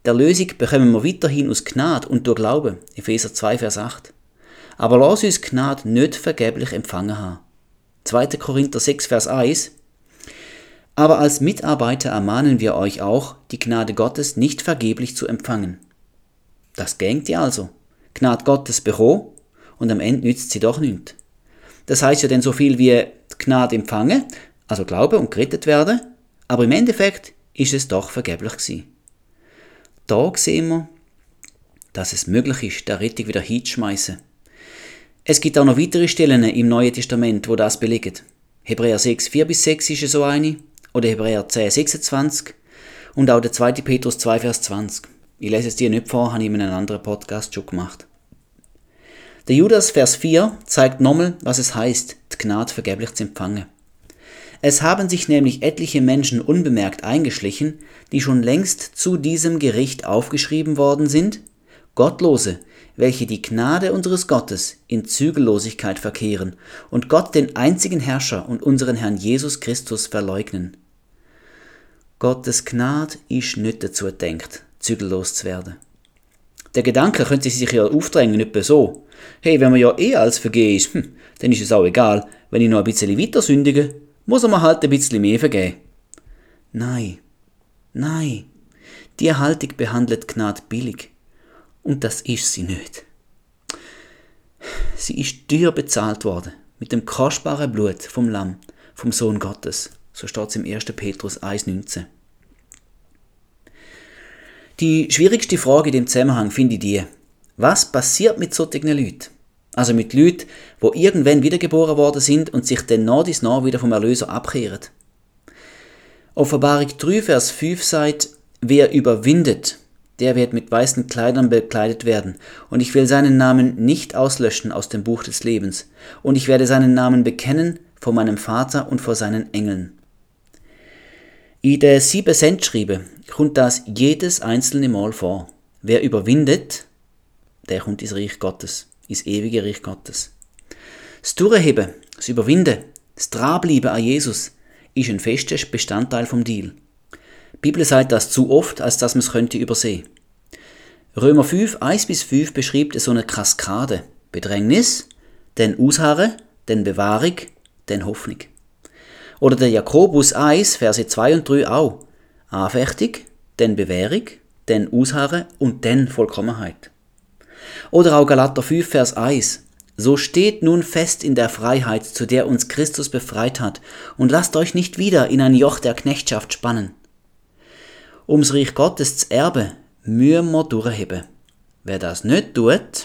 Erlösung bekommen wir weiterhin aus Gnade und durch Glauben, Epheser zwei, Vers acht. Aber lass uns Gnade nicht vergeblich empfangen haben. zweiter Korinther sechs, Vers eins. Aber als Mitarbeiter ermahnen wir euch auch, die Gnade Gottes nicht vergeblich zu empfangen. Das gängt ja also. Gnade Gottes bekommen und am Ende nützt sie doch nichts. Das heißt ja dann so viel wie Gnade empfangen, also glauben und gerettet werden, aber im Endeffekt ist es doch vergeblich gewesen. Da sehen wir, dass es möglich ist, der Rettung wieder hinzuschmeissen. Es gibt auch noch weitere Stellen im Neuen Testament, wo das belegen. Hebräer sechs, vier bis sechs ist so eine, oder Hebräer zehn, sechsundzwanzig und auch der zweiter Petrus zwei, Vers zwanzig. Ich lese es dir nicht vor, habe ich in einem anderen Podcast schon gemacht. Der Judas, Vers vier, zeigt nochmal, was es heißt, die Gnade vergeblich zu empfangen. Es haben sich nämlich etliche Menschen unbemerkt eingeschlichen, die schon längst zu diesem Gericht aufgeschrieben worden sind, Gottlose, welche die Gnade unseres Gottes in Zügellosigkeit verkehren und Gott, den einzigen Herrscher und unseren Herrn Jesus Christus, verleugnen. Gottes Gnade ist nicht dazu gedacht, zügellos zu werden. Der Gedanke könnte sich ja aufdrängen, etwa so: Hey, wenn man ja eh alles vergeben ist, hm, dann ist es auch egal, wenn ich noch ein bisschen weiter sündige, muss er mir halt ein bisschen mehr vergeben. Nein, nein, die Haltung behandelt Gnade billig. Und das ist sie nicht. Sie ist teuer bezahlt worden, mit dem kostbaren Blut vom Lamm, vom Sohn Gottes. So steht es im erster Petrus eins, neunzehn. Die schwierigste Frage in dem Zusammenhang finde ich die: Was passiert mit solchen Leuten? Also mit Leuten, die irgendwann wiedergeboren worden sind und sich dann nach dies nach wieder vom Erlöser abkehren. Offenbarung drei, Vers fünf sagt: Wer überwindet, der wird mit weißen Kleidern bekleidet werden, und ich will seinen Namen nicht auslöschen aus dem Buch des Lebens, und ich werde seinen Namen bekennen vor meinem Vater und vor seinen Engeln. In der sieben Cent schriebe kommt das jedes einzelne Mal vor. Wer überwindet, der kommt ins Reich Gottes, ins ewige Reich Gottes. Das Durchheben, das Überwinden, das Dranbleiben an Jesus ist ein fester Bestandteil vom Deal. Die Bibel sagt das zu oft, als dass man es könnte übersehen. Römer fünf, eins bis fünf beschreibt so eine Kaskade. Bedrängnis, dann Ausharren, dann Bewahrung, dann Hoffnung. Oder der Jakobus eins, Verse zwei und drei auch. Anfechtung, dann Bewährung, dann Ausharren und dann Vollkommenheit. Oder auch Galater fünf, Vers eins. So steht nun fest in der Freiheit, zu der uns Christus befreit hat, und lasst euch nicht wieder in ein Joch der Knechtschaft spannen. Ums Reich Gottes zu erben, müssen wir durchheben. Wer das nicht tut,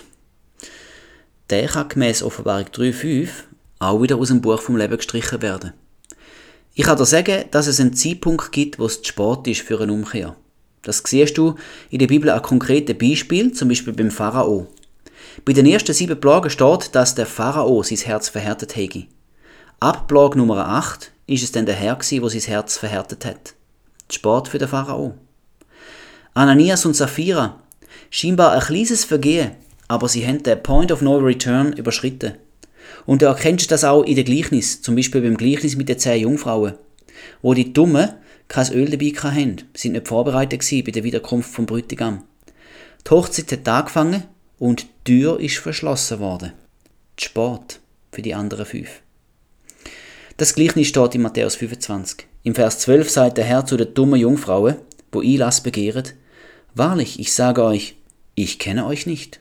der kann gemäss Offenbarung drei, fünf auch wieder aus dem Buch vom Leben gestrichen werden. Ich kann dir sagen, dass es einen Zeitpunkt gibt, wo es zu spät ist für eine Umkehr. Das siehst du in der Bibel an konkreten Beispielen, zum Beispiel beim Pharao. Bei den ersten sieben Plagen steht, dass der Pharao sein Herz verhärtet hätte. Ab Plage Nummer acht ist es dann der Herr gewesen, der sein Herz verhärtet hat. Zu spät für den Pharao. Ananias und Sapphira, scheinbar ein kleines Vergehen, aber sie haben den Point of No Return überschritten. Und du erkennst das auch in den Gleichnis, zum Beispiel beim Gleichnis mit den zehn Jungfrauen, wo die Dummen kein Öl dabei hatten, sind nicht vorbereitet gewesen bei der Wiederkunft vom Bräutigam. Die Hochzeit hat angefangen und die Tür ist verschlossen worden. Zu spät für die anderen fünf. Das Gleichnis steht in Matthäus fünfundzwanzig. Im Vers zwölf sagt der Herr zu den dummen Jungfrauen, wo Einlass begehren: Wahrlich, ich sage euch, ich kenne euch nicht.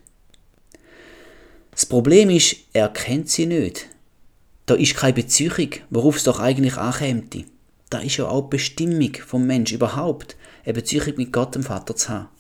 Das Problem ist, er kennt sie nicht. Da ist keine Beziehung, worauf es doch eigentlich ankäme. Da ist ja auch die Bestimmung vom Mensch überhaupt, eine Beziehung mit Gott, dem Vater, zu haben.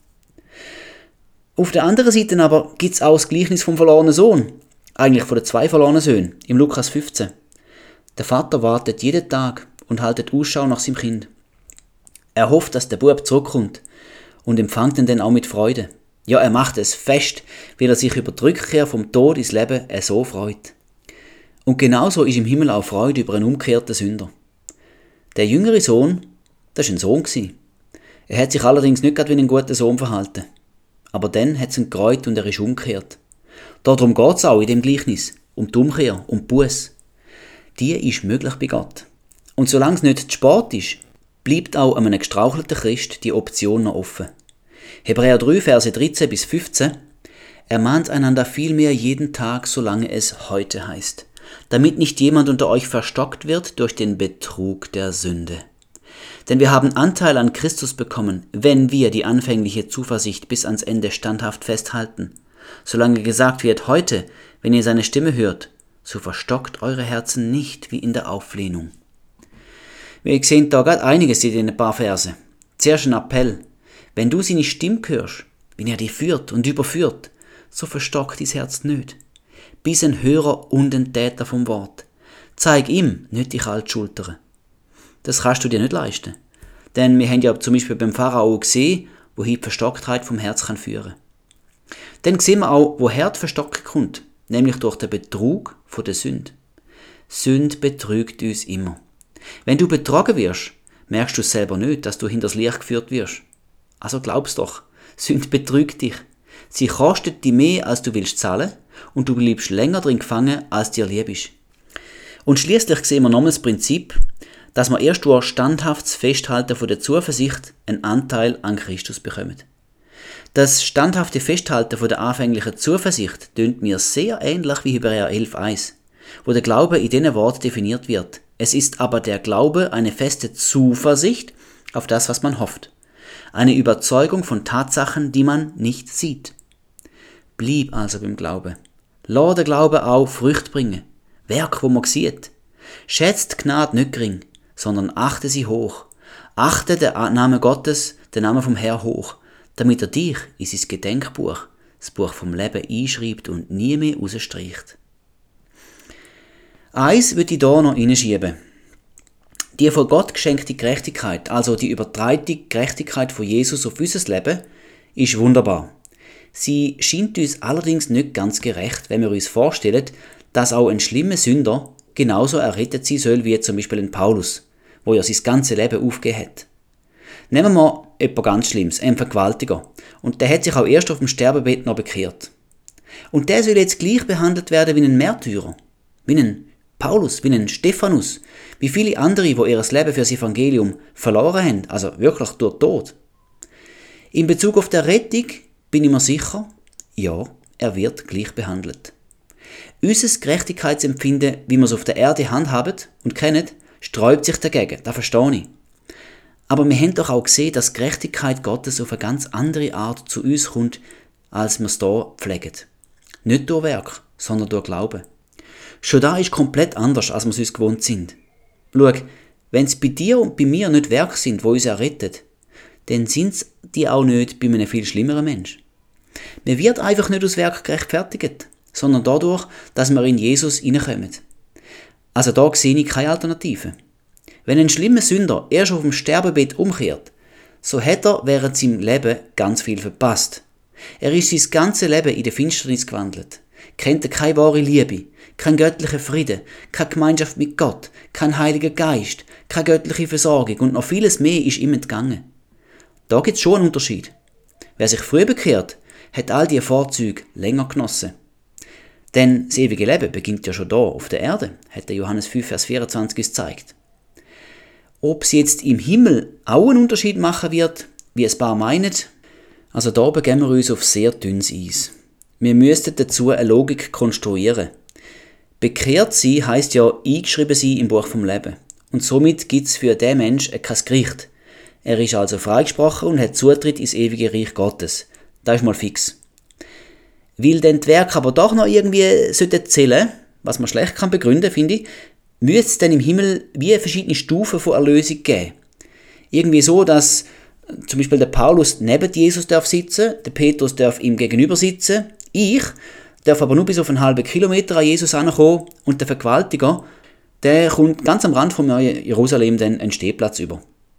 Auf der anderen Seite aber gibt es auch das Gleichnis vom verlorenen Sohn, eigentlich von den zwei verlorenen Söhnen, im Lukas fünfzehn. Der Vater wartet jeden Tag und haltet Ausschau nach seinem Kind. Er hofft, dass der Bub zurückkommt und empfängt ihn dann auch mit Freude. Ja, er macht es fest, weil er sich über die Rückkehr vom Tod ins Leben so freut. Und genauso ist im Himmel auch Freude über einen umgekehrten Sünder. Der jüngere Sohn, das war ein Sohn gewesen. Er hat sich allerdings nicht gerade wie ein guter Sohn verhalten. Aber dann hat es ihn gereut und er ist umgekehrt. Darum geht es auch in dem Gleichnis, um die Umkehr, um die Busse. Die ist möglich bei Gott. Und solange es nicht zu spät ist, bleibt auch einem gestrauchelten Christ die Option noch offen. Hebräer drei, Verse dreizehn bis fünfzehn. Ermahnt einander vielmehr jeden Tag, solange es heute heißt, damit nicht jemand unter euch verstockt wird durch den Betrug der Sünde. Denn wir haben Anteil an Christus bekommen, wenn wir die anfängliche Zuversicht bis ans Ende standhaft festhalten. Solange gesagt wird, heute, wenn ihr seine Stimme hört, so verstockt eure Herzen nicht wie in der Auflehnung. Wir sehen da gerade einiges in den paar Verse. Zuerst ein Appell. Wenn du seine Stimme hörst, wenn er dich führt und überführt, so verstockt dein Herz nicht. Bist ein Hörer und ein Täter vom Wort. Zeig ihm, nicht die kalte Schultern. Das kannst du dir nicht leisten. Denn wir haben ja zum Beispiel beim Pharao gesehen, wohin die Verstocktheit vom Herz kann führen. Dann sehen wir auch, woher die Verstockung kommt, nämlich durch den Betrug von der Sünde. Sünde betrügt uns immer. Wenn du betrogen wirst, merkst du selber nicht, dass du hinters Licht geführt wirst. Also glaub's doch, Sünde betrügt dich. Sie kostet dich mehr, als du willst zahlen, und du bleibst länger drin gefangen, als dir lieb ist. Und schließlich sehen wir nochmal das Prinzip, dass wir erst durch standhaftes Festhalten von der Zuversicht einen Anteil an Christus bekommen. Das standhafte Festhalten von der anfänglichen Zuversicht tönt mir sehr ähnlich wie Hebräer elf, eins, wo der Glaube in diesen Worten definiert wird. Es ist aber der Glaube eine feste Zuversicht auf das, was man hofft. Eine Überzeugung von Tatsachen, die man nicht sieht. Blieb also beim Glauben. Lass den Glauben auch Früchte bringen. Werk, wo man sieht. Schätzt die Gnade nicht gering, sondern achte sie hoch. Achte den Namen Gottes, den Namen vom Herrn hoch, damit er dich in sein Gedenkbuch, das Buch vom Leben, einschreibt und nie mehr rausstreicht. Eins würde ich hier noch reinschieben. Die von Gott geschenkte Gerechtigkeit, also die übertragte Gerechtigkeit von Jesus auf unser Leben, ist wunderbar. Sie scheint uns allerdings nicht ganz gerecht, wenn wir uns vorstellen, dass auch ein schlimmer Sünder genauso errettet sein soll wie zum Beispiel ein Paulus, wo ja sein ganzes Leben aufgegeben hat. Nehmen wir etwas ganz Schlimmes, einen Vergewaltiger, und der hat sich auch erst auf dem Sterbebett noch bekehrt. Und der soll jetzt gleich behandelt werden wie ein Märtyrer, wie ein Paulus, wie ein Stephanus, wie viele andere, die ihr Leben für das Evangelium verloren haben, also wirklich durch Tod. In Bezug auf die Rettung bin ich mir sicher, ja, er wird gleich behandelt. Unser Gerechtigkeitsempfinden, wie wir es auf der Erde handhaben und kennen, sträubt sich dagegen, das verstehe ich. Aber wir haben doch auch gesehen, dass Gerechtigkeit Gottes auf eine ganz andere Art zu uns kommt, als wir es hier pflegen. Nicht durch Werk, sondern durch Glauben. Schon da ist komplett anders, als wir es uns gewohnt sind. Schau, wenn es bei dir und bei mir nicht Werke sind, wo uns erretten, dann sind es die auch nicht bei einem viel schlimmeren Mensch. Man wird einfach nicht aus Werk gerechtfertigt, sondern dadurch, dass wir in Jesus hineinkommen. Also da sehe ich keine Alternative. Wenn ein schlimmer Sünder erst auf dem Sterbebett umkehrt, so hat er während seinem Leben ganz viel verpasst. Er ist sein ganzes Leben in der Finsternis gewandelt, kennt keine wahre Liebe, kein göttlicher Frieden, keine Gemeinschaft mit Gott, kein Heiliger Geist, keine göttliche Versorgung und noch vieles mehr ist ihm entgangen. Da gibt es schon einen Unterschied. Wer sich früh bekehrt, hat all diese Vorzüge länger genossen. Denn das ewige Leben beginnt ja schon da auf der Erde, hat der Johannes fünf, Vers vierundzwanzig uns gezeigt. Ob es jetzt im Himmel auch einen Unterschied machen wird, wie es paar meinen, also da begeben wir uns auf sehr dünnes Eis. Wir müssten dazu eine Logik konstruieren. Bekehrt sein heisst ja eingeschrieben sein im Buch vom Leben. Und somit gibt es für den Menschen kein Gericht. Er ist also freigesprochen und hat Zutritt ins ewige Reich Gottes. Das ist mal fix. Weil dann die Werke aber doch noch irgendwie zählen sollten, was man schlecht kann begründen, finde ich, müsste es dann im Himmel wie verschiedene Stufen von Erlösung geben. Irgendwie so, dass zum Beispiel der Paulus neben Jesus darf sitzen, der Petrus darf ihm gegenüber sitzen, ich darf aber nur bis auf einen halben Kilometer an Jesus ankommen und der Vergewaltiger, der kommt ganz am Rand von Jerusalem dann einen Stehplatz über.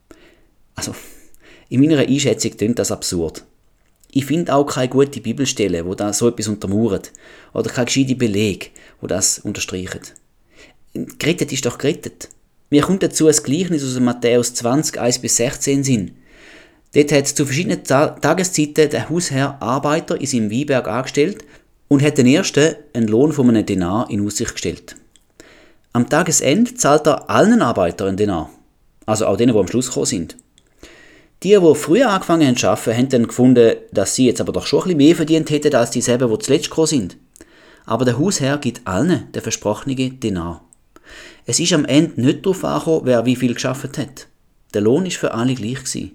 Also, in meiner Einschätzung klingt das absurd. Ich finde auch keine gute Bibelstelle, wo da so etwas untermauert, oder kein gescheiter Beleg, wo das unterstreicht. Gerettet ist doch gerettet. Mir kommt dazu ein Gleichnis aus Matthäus zwanzig, eins bis sechzehn Sinn. Dort hat zu verschiedenen Ta- Tageszeiten der Hausherr Arbeiter in seinem Weinberg angestellt und hat den ersten einen Lohn von einem Denar in Aussicht gestellt. Am Tagesende zahlt er allen Arbeitern einen Denar, also auch denen, die am Schluss gekommen sind. Die, die früher angefangen haben zu arbeiten, haben dann gefunden, dass sie jetzt aber doch schon ein bisschen mehr verdient hätten als dieselben, die zuletzt gekommen sind. Aber der Hausherr gibt allen den versprochenen Denar. Es ist am Ende nicht darauf angekommen, wer wie viel geschafft hat. Der Lohn ist für alle gleich gewesen.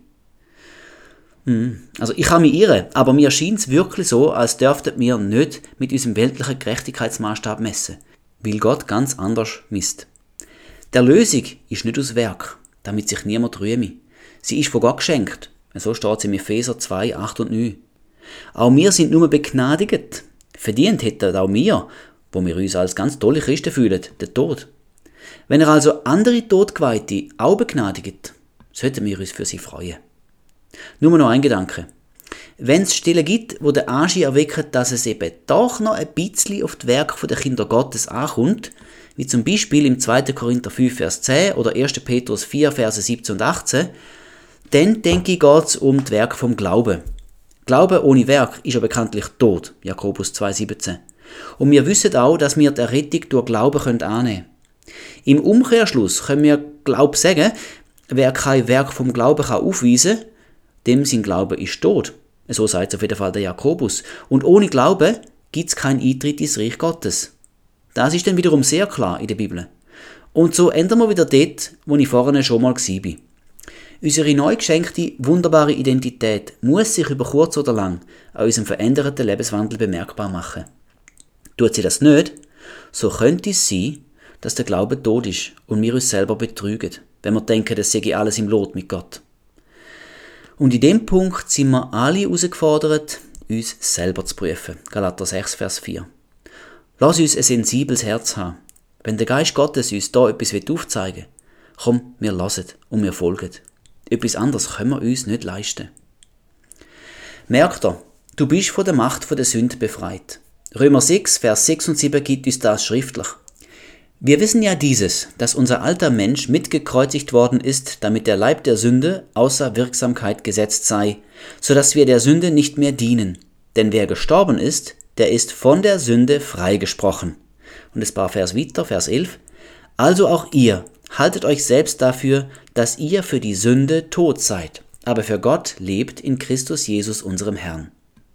Hm. Also ich kann mich irren, aber mir scheint es wirklich so, als dürften wir nicht mit unserem weltlichen Gerechtigkeitsmaßstab messen, weil Gott ganz anders misst. Die Erlösung ist nicht aus Werk, damit sich niemand rühme. Sie ist von Gott geschenkt. So steht es in Epheser zwei, acht und neun. Auch wir sind nur begnadigt. Verdient hätten auch wir, wo wir uns als ganz tolle Christen fühlen, den Tod. Wenn er also andere Todgeweihte auch begnadigt, sollten wir uns für sie freuen. Nur noch ein Gedanke. Wenn es Stellen gibt, wo der Anschein erweckt, dass es eben doch noch ein bisschen auf das Werk der Kinder Gottes ankommt, wie zum Beispiel im zweiten Korinther fünf, Vers zehn oder ersten Petrus vier, Verse siebzehn und achtzehn, dann denke ich, geht es um das Werk vom Glauben. Glaube ohne Werk ist ja bekanntlich tot, Jakobus zwei, siebzehn. Und wir wissen auch, dass wir die Errettung durch Glauben annehmen können. Im Umkehrschluss können wir Glaub sagen, wer kein Werk vom Glauben kann aufweisen kann, dem sein Glaube ist tot. So sagt es auf jeden Fall der Jakobus. Und ohne Glauben gibt es keinen Eintritt ins Reich Gottes. Das ist dann wiederum sehr klar in der Bibel. Und so ändern wir wieder dort, wo ich vorhin schon mal war. Unsere neu geschenkte, wunderbare Identität muss sich über kurz oder lang an unserem veränderten Lebenswandel bemerkbar machen. Tut sie das nicht, so könnte es sein, dass der Glaube tot ist und wir uns selber betrügen, wenn wir denken, das sei alles im Lot mit Gott. Und in dem Punkt sind wir alle herausgefordert, uns selber zu prüfen. Galater sechs, Vers vier. Lass uns ein sensibles Herz haben. Wenn der Geist Gottes uns da etwas aufzeigen will, komm, wir hören und wir folgen. Etwas anderes können wir uns nicht leisten. Merkt ihr, du bist von der Macht der Sünde befreit. Römer sechs, Vers sechs und sieben gibt uns das schriftlich. Wir wissen ja dieses, dass unser alter Mensch mitgekreuzigt worden ist, damit der Leib der Sünde außer Wirksamkeit gesetzt sei, so dass wir der Sünde nicht mehr dienen. Denn wer gestorben ist, der ist von der Sünde freigesprochen. Und es paar Vers weiter, Vers elf. Also auch ihr, haltet euch selbst dafür, dass ihr für die Sünde tot seid, aber für Gott lebt in Christus Jesus unserem Herrn.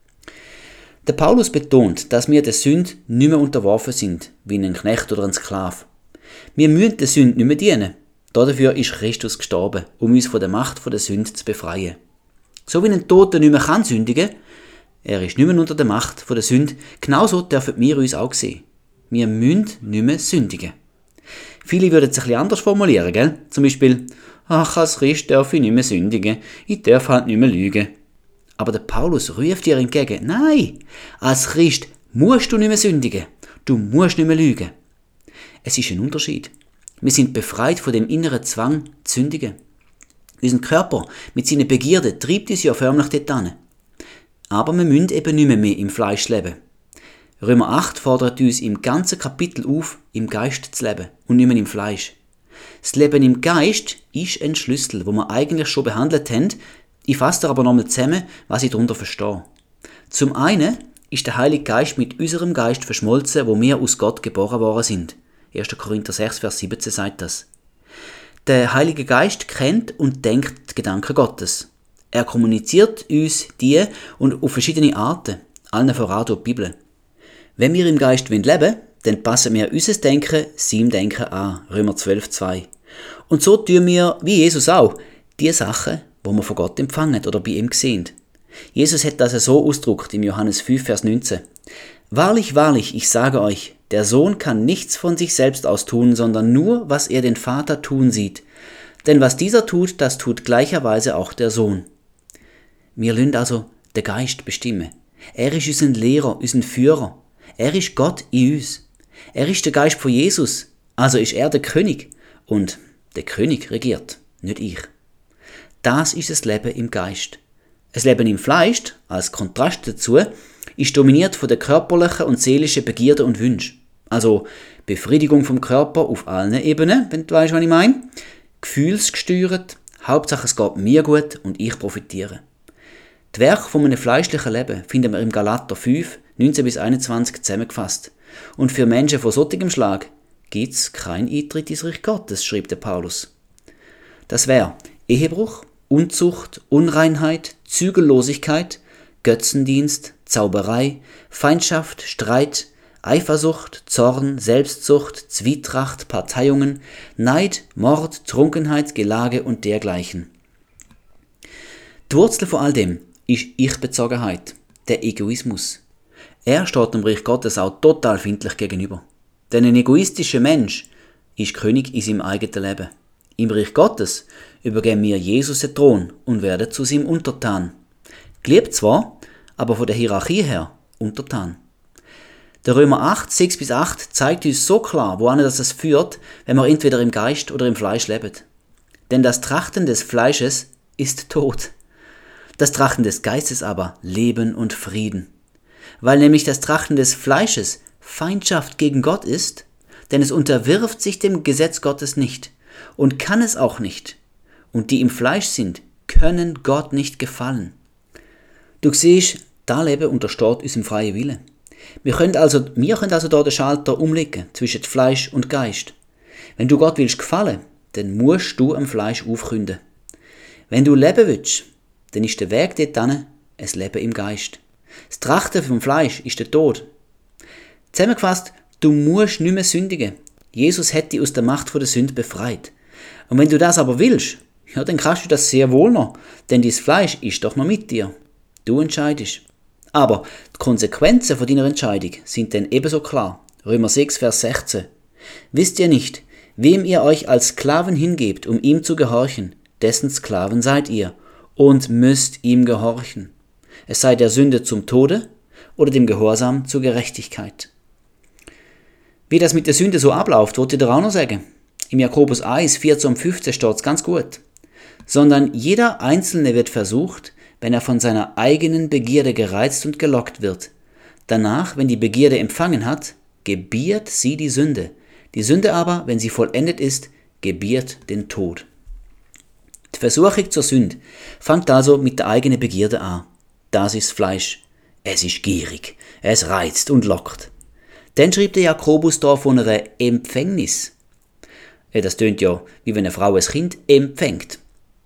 Der Paulus betont, dass wir der Sünde nicht mehr unterworfen sind, wie ein Knecht oder ein Sklave. Wir müssen der Sünde nicht mehr dienen. Dafür ist Christus gestorben, um uns von der Macht der Sünde zu befreien. So wie ein Toter nicht mehr kann sündigen, er ist nicht mehr unter der Macht der Sünde, genauso dürfen wir uns auch sehen. Wir müssen nicht mehr sündigen. Viele würden es ein bisschen anders formulieren, gell? Zum Beispiel, ach, als Christ darf ich nicht mehr sündigen, ich darf halt nicht mehr lügen. Aber der Paulus ruft dir entgegen, nein, als Christ musst du nicht mehr sündigen, du musst nicht mehr lügen. Es ist ein Unterschied. Wir sind befreit von dem inneren Zwang zu sündigen. Unser Körper mit seinen Begierden treibt uns ja förmlich dorthin. Aber wir müssen eben nicht mehr, mehr im Fleisch leben. Römer acht fordert uns im ganzen Kapitel auf, im Geist zu leben und nicht mehr im Fleisch. Das Leben im Geist ist ein Schlüssel, wo wir eigentlich schon behandelt haben. Ich fasse aber nochmal zusammen, was ich darunter verstehe. Zum einen ist der Heilige Geist mit unserem Geist verschmolzen, wo wir aus Gott geboren worden sind. erster Korinther sechs, Vers siebzehn sagt das. Der Heilige Geist kennt und denkt die Gedanken Gottes. Er kommuniziert uns die und auf verschiedene Arten, allen voran durch die Bibel. Wenn wir im Geist leben wollen, dann passen wir unser Denken seinem Denken an, Römer zwölf, zwei. Und so tun wir, wie Jesus auch, die Sachen, wo wir von Gott empfangen oder bei ihm sehen. Jesus hat das so ausgedrückt im Johannes fünf, Vers neunzehn. Wahrlich, wahrlich, ich sage euch, der Sohn kann nichts von sich selbst aus tun, sondern nur, was er den Vater tun sieht. Denn was dieser tut, das tut gleicherweise auch der Sohn. Wir lassen also den Geist bestimmen. Er ist unser Lehrer, unser Führer. Er ist Gott in uns. Er ist der Geist von Jesus, also ist er der König. Und der König regiert, nicht ich. Das ist das Leben im Geist. Das Leben im Fleisch, als Kontrast dazu, ist dominiert von der körperlichen und seelischen Begierde und Wünsche. Also Befriedigung vom Körper auf allen Ebenen, wenn du weißt, was ich meine. Gefühlsgesteuert, Hauptsache es geht mir gut und ich profitiere. Die Werke von einem fleischlichen Leben finden wir im Galater fünf, neunzehn bis einundzwanzig zusammengefasst. Und für Menschen von solchem Schlag gibt es keinen Eintritt ins Reich Gottes, schreibt der Paulus. Das wäre Ehebruch, Unzucht, Unreinheit, Zügellosigkeit, Götzendienst, Zauberei, Feindschaft, Streit, Eifersucht, Zorn, Selbstsucht, Zwietracht, Parteiungen, Neid, Mord, Trunkenheit, Gelage und dergleichen. Die Wurzel von all dem ist Ich-Bezogenheit, der Egoismus. Er steht dem Reich Gottes auch total findlich gegenüber. Denn ein egoistischer Mensch ist König in seinem eigenen Leben. Im Reich Gottes übergeben wir Jesus den Thron und werden zu seinem Untertan. Geliebt zwar, aber von der Hierarchie her untertan. Der Römer acht, sechs bis acht zeigt uns so klar, wohin das es führt, wenn wir entweder im Geist oder im Fleisch leben. Denn das Trachten des Fleisches ist Tod. Das Trachten des Geistes aber Leben und Frieden. Weil nämlich das Trachten des Fleisches Feindschaft gegen Gott ist, denn es unterwirft sich dem Gesetz Gottes nicht und kann es auch nicht. Und die im Fleisch sind, können Gott nicht gefallen. Du siehst, da Leben untersteht unserem freien Willen. Wir können also, wir können also da den Schalter umlegen zwischen Fleisch und Geist. Wenn du Gott willst gefallen, dann musst du am Fleisch aufkünden. Wenn du leben willst, dann ist der Weg dorthin ein Leben im Geist. Das Trachten vom Fleisch ist der Tod. Zusammengefasst, du musst nicht mehr sündigen. Jesus hat dich aus der Macht der Sünde befreit. Und wenn du das aber willst, ja, dann kannst du das sehr wohl noch, denn dein Fleisch ist doch noch mit dir. Du entscheidest. Aber die Konsequenzen von deiner Entscheidung sind dann ebenso klar. Römer sechs, Vers sechzehn. Wisst ihr nicht, wem ihr euch als Sklaven hingebt, um ihm zu gehorchen, dessen Sklaven seid ihr und müsst ihm gehorchen. Es sei der Sünde zum Tode oder dem Gehorsam zur Gerechtigkeit. Wie das mit der Sünde so abläuft, wollte ich dir auch noch sagen. Im Jakobus eins, vierzehn und fünfzehn steht es ganz gut. Sondern jeder Einzelne wird versucht, wenn er von seiner eigenen Begierde gereizt und gelockt wird. Danach, wenn die Begierde empfangen hat, gebiert sie die Sünde. Die Sünde aber, wenn sie vollendet ist, gebiert den Tod. Die Versuchung zur Sünde fängt also mit der eigenen Begierde an. Das ist Fleisch. Es ist gierig. Es reizt und lockt. Dann schreibt der Jakobus da von einer Empfängnis. Ja, das tönt ja, wie wenn eine Frau ein Kind empfängt.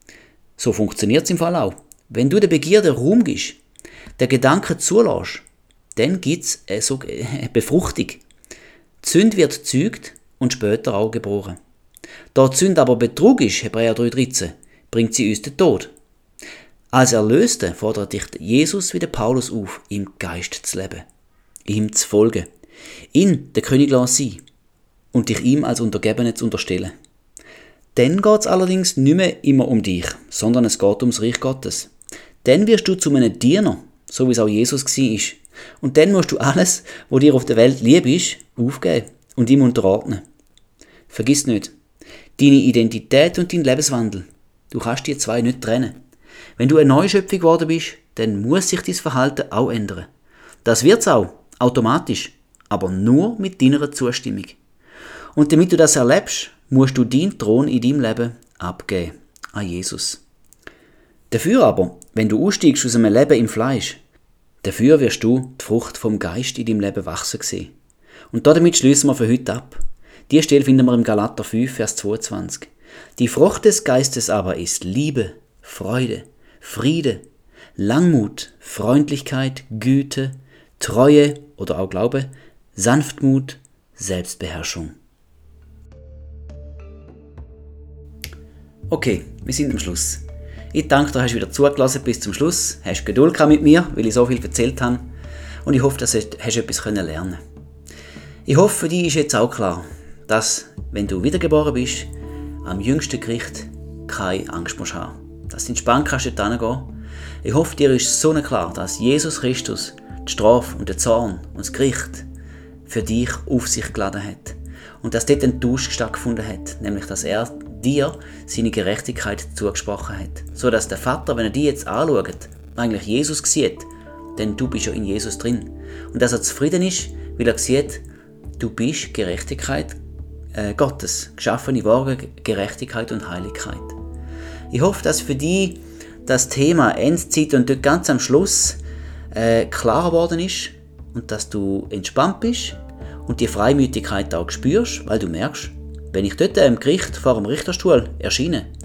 So funktioniert es im Fall auch. Wenn du der Begierde Raum gibst, der Gedanke zulässt, dann gibt es eine, so eine Befruchtung. Die Sünde wird gezeugt und später auch geboren. Da die Sünde aber Betrug ist, Hebräer drei dreizehn, bringt sie uns den Tod. Als Erlöste fordert dich Jesus wie der Paulus auf, im Geist zu leben, ihm zu folgen, ihn, der König, sein und dich ihm als Untergebene zu unterstellen. Dann geht es allerdings nicht mehr immer um dich, sondern es geht ums Reich Gottes. Dann wirst du zu einem Diener, so wie es auch Jesus war. Und dann musst du alles, was dir auf der Welt lieb ist, aufgeben und ihm unterordnen. Vergiss nicht, deine Identität und dein Lebenswandel, du kannst die zwei nicht trennen. Wenn du eine Neuschöpfung geworden bist, dann muss sich dein Verhalten auch ändern. Das wird es auch, automatisch, aber nur mit deiner Zustimmung. Und damit du das erlebst, musst du deinen Thron in deinem Leben abgeben an Jesus. Dafür aber, wenn du aussteigst aus einem Leben im Fleisch, dafür wirst du die Frucht vom Geist in deinem Leben wachsen sehen. Und damit schließen wir für heute ab. Diese Stelle finden wir im Galater fünf, Vers zweiundzwanzig. Die Frucht des Geistes aber ist Liebe, Freude, Friede, Langmut, Freundlichkeit, Güte, Treue oder auch Glaube, Sanftmut, Selbstbeherrschung. Okay, wir sind am Schluss. Ich danke dir, hast wieder zugelassen bis zum Schluss, hast Geduld gehabt mit mir, weil ich so viel erzählt habe und ich hoffe, dass du etwas lernen konntest. Ich hoffe, für dich ist jetzt auch klar, dass, wenn du wiedergeboren bist, am jüngsten Gericht keine Angst musst haben. Dass du entspannt kannst dort hingehen. Ich hoffe, dir ist so klar, dass Jesus Christus die Strafe und den Zorn und das Gericht für dich auf sich geladen hat. Und dass dort ein Tausch stattgefunden hat, nämlich dass er dir seine Gerechtigkeit zugesprochen hat. So dass der Vater, wenn er dich jetzt anschaut, eigentlich Jesus sieht, denn du bist ja in Jesus drin. Und dass er zufrieden ist, weil er sieht, du bist Gerechtigkeit äh, Gottes, geschaffene wahre Gerechtigkeit und Heiligkeit. Ich hoffe, dass für dich das Thema Endzeit und dort ganz am Schluss äh, klar geworden ist und dass du entspannt bist und die Freimütigkeit auch spürst, weil du merkst, wenn ich dort im Gericht vor dem Richterstuhl erscheine,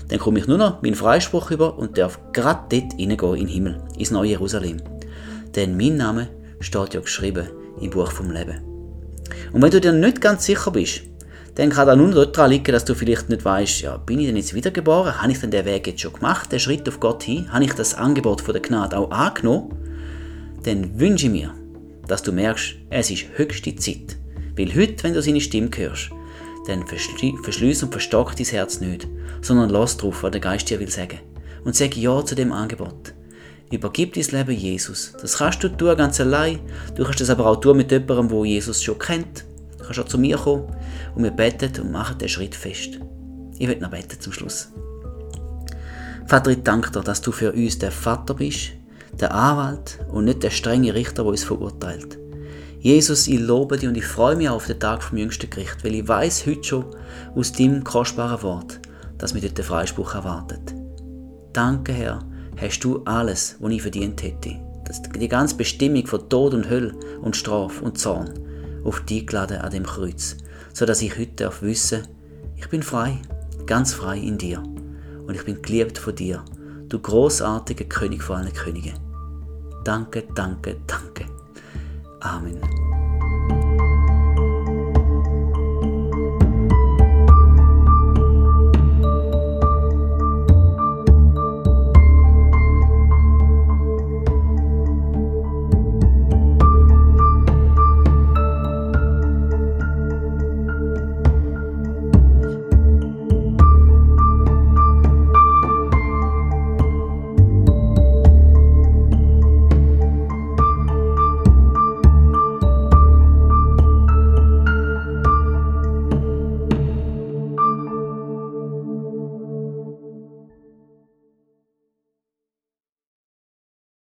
dann komme ich nur noch meinen Freispruch über und darf gerade dort hineingehen in den Himmel, ins neue Jerusalem. Denn mein Name steht ja geschrieben im Buch vom Leben. Und wenn du dir nicht ganz sicher bist, dann kann da nur dort dran liegen, dass du vielleicht nicht weißt, ja, bin ich denn jetzt wiedergeboren? Habe ich denn den Weg jetzt schon gemacht, den Schritt auf Gott hin? Habe ich das Angebot von der Gnade auch angenommen? Dann wünsche ich mir, dass du merkst, es ist höchste Zeit. Weil heute, wenn du seine Stimme hörst, dann verschließ und verstock dein Herz nicht, sondern lass drauf, was der Geist dir will sagen. Und sag Ja zu dem Angebot. Übergib dein Leben Jesus. Das kannst du tun, ganz allein. Du kannst das aber auch tun mit jemandem, der Jesus schon kennt. Du kannst auch zu mir kommen und wir beten und machen den Schritt fest. Ich will noch beten zum Schluss. Vater, ich danke dir, dass du für uns der Vater bist, der Anwalt und nicht der strenge Richter, der uns verurteilt. Jesus, ich lobe dich und ich freue mich auf den Tag vom jüngsten Gericht, weil ich weiß heute schon aus deinem kostbaren Wort, dass mich dort der Freispruch erwartet. Danke, Herr, hast du alles, was ich verdient hätte. Das die ganze Bestimmung von Tod und Hölle und Strafe und Zorn auf dich geladen an dem Kreuz, sodass ich heute darf wissen, ich bin frei, ganz frei in dir und ich bin geliebt von dir, du großartiger König von allen Königen. Danke, danke, danke. Amen.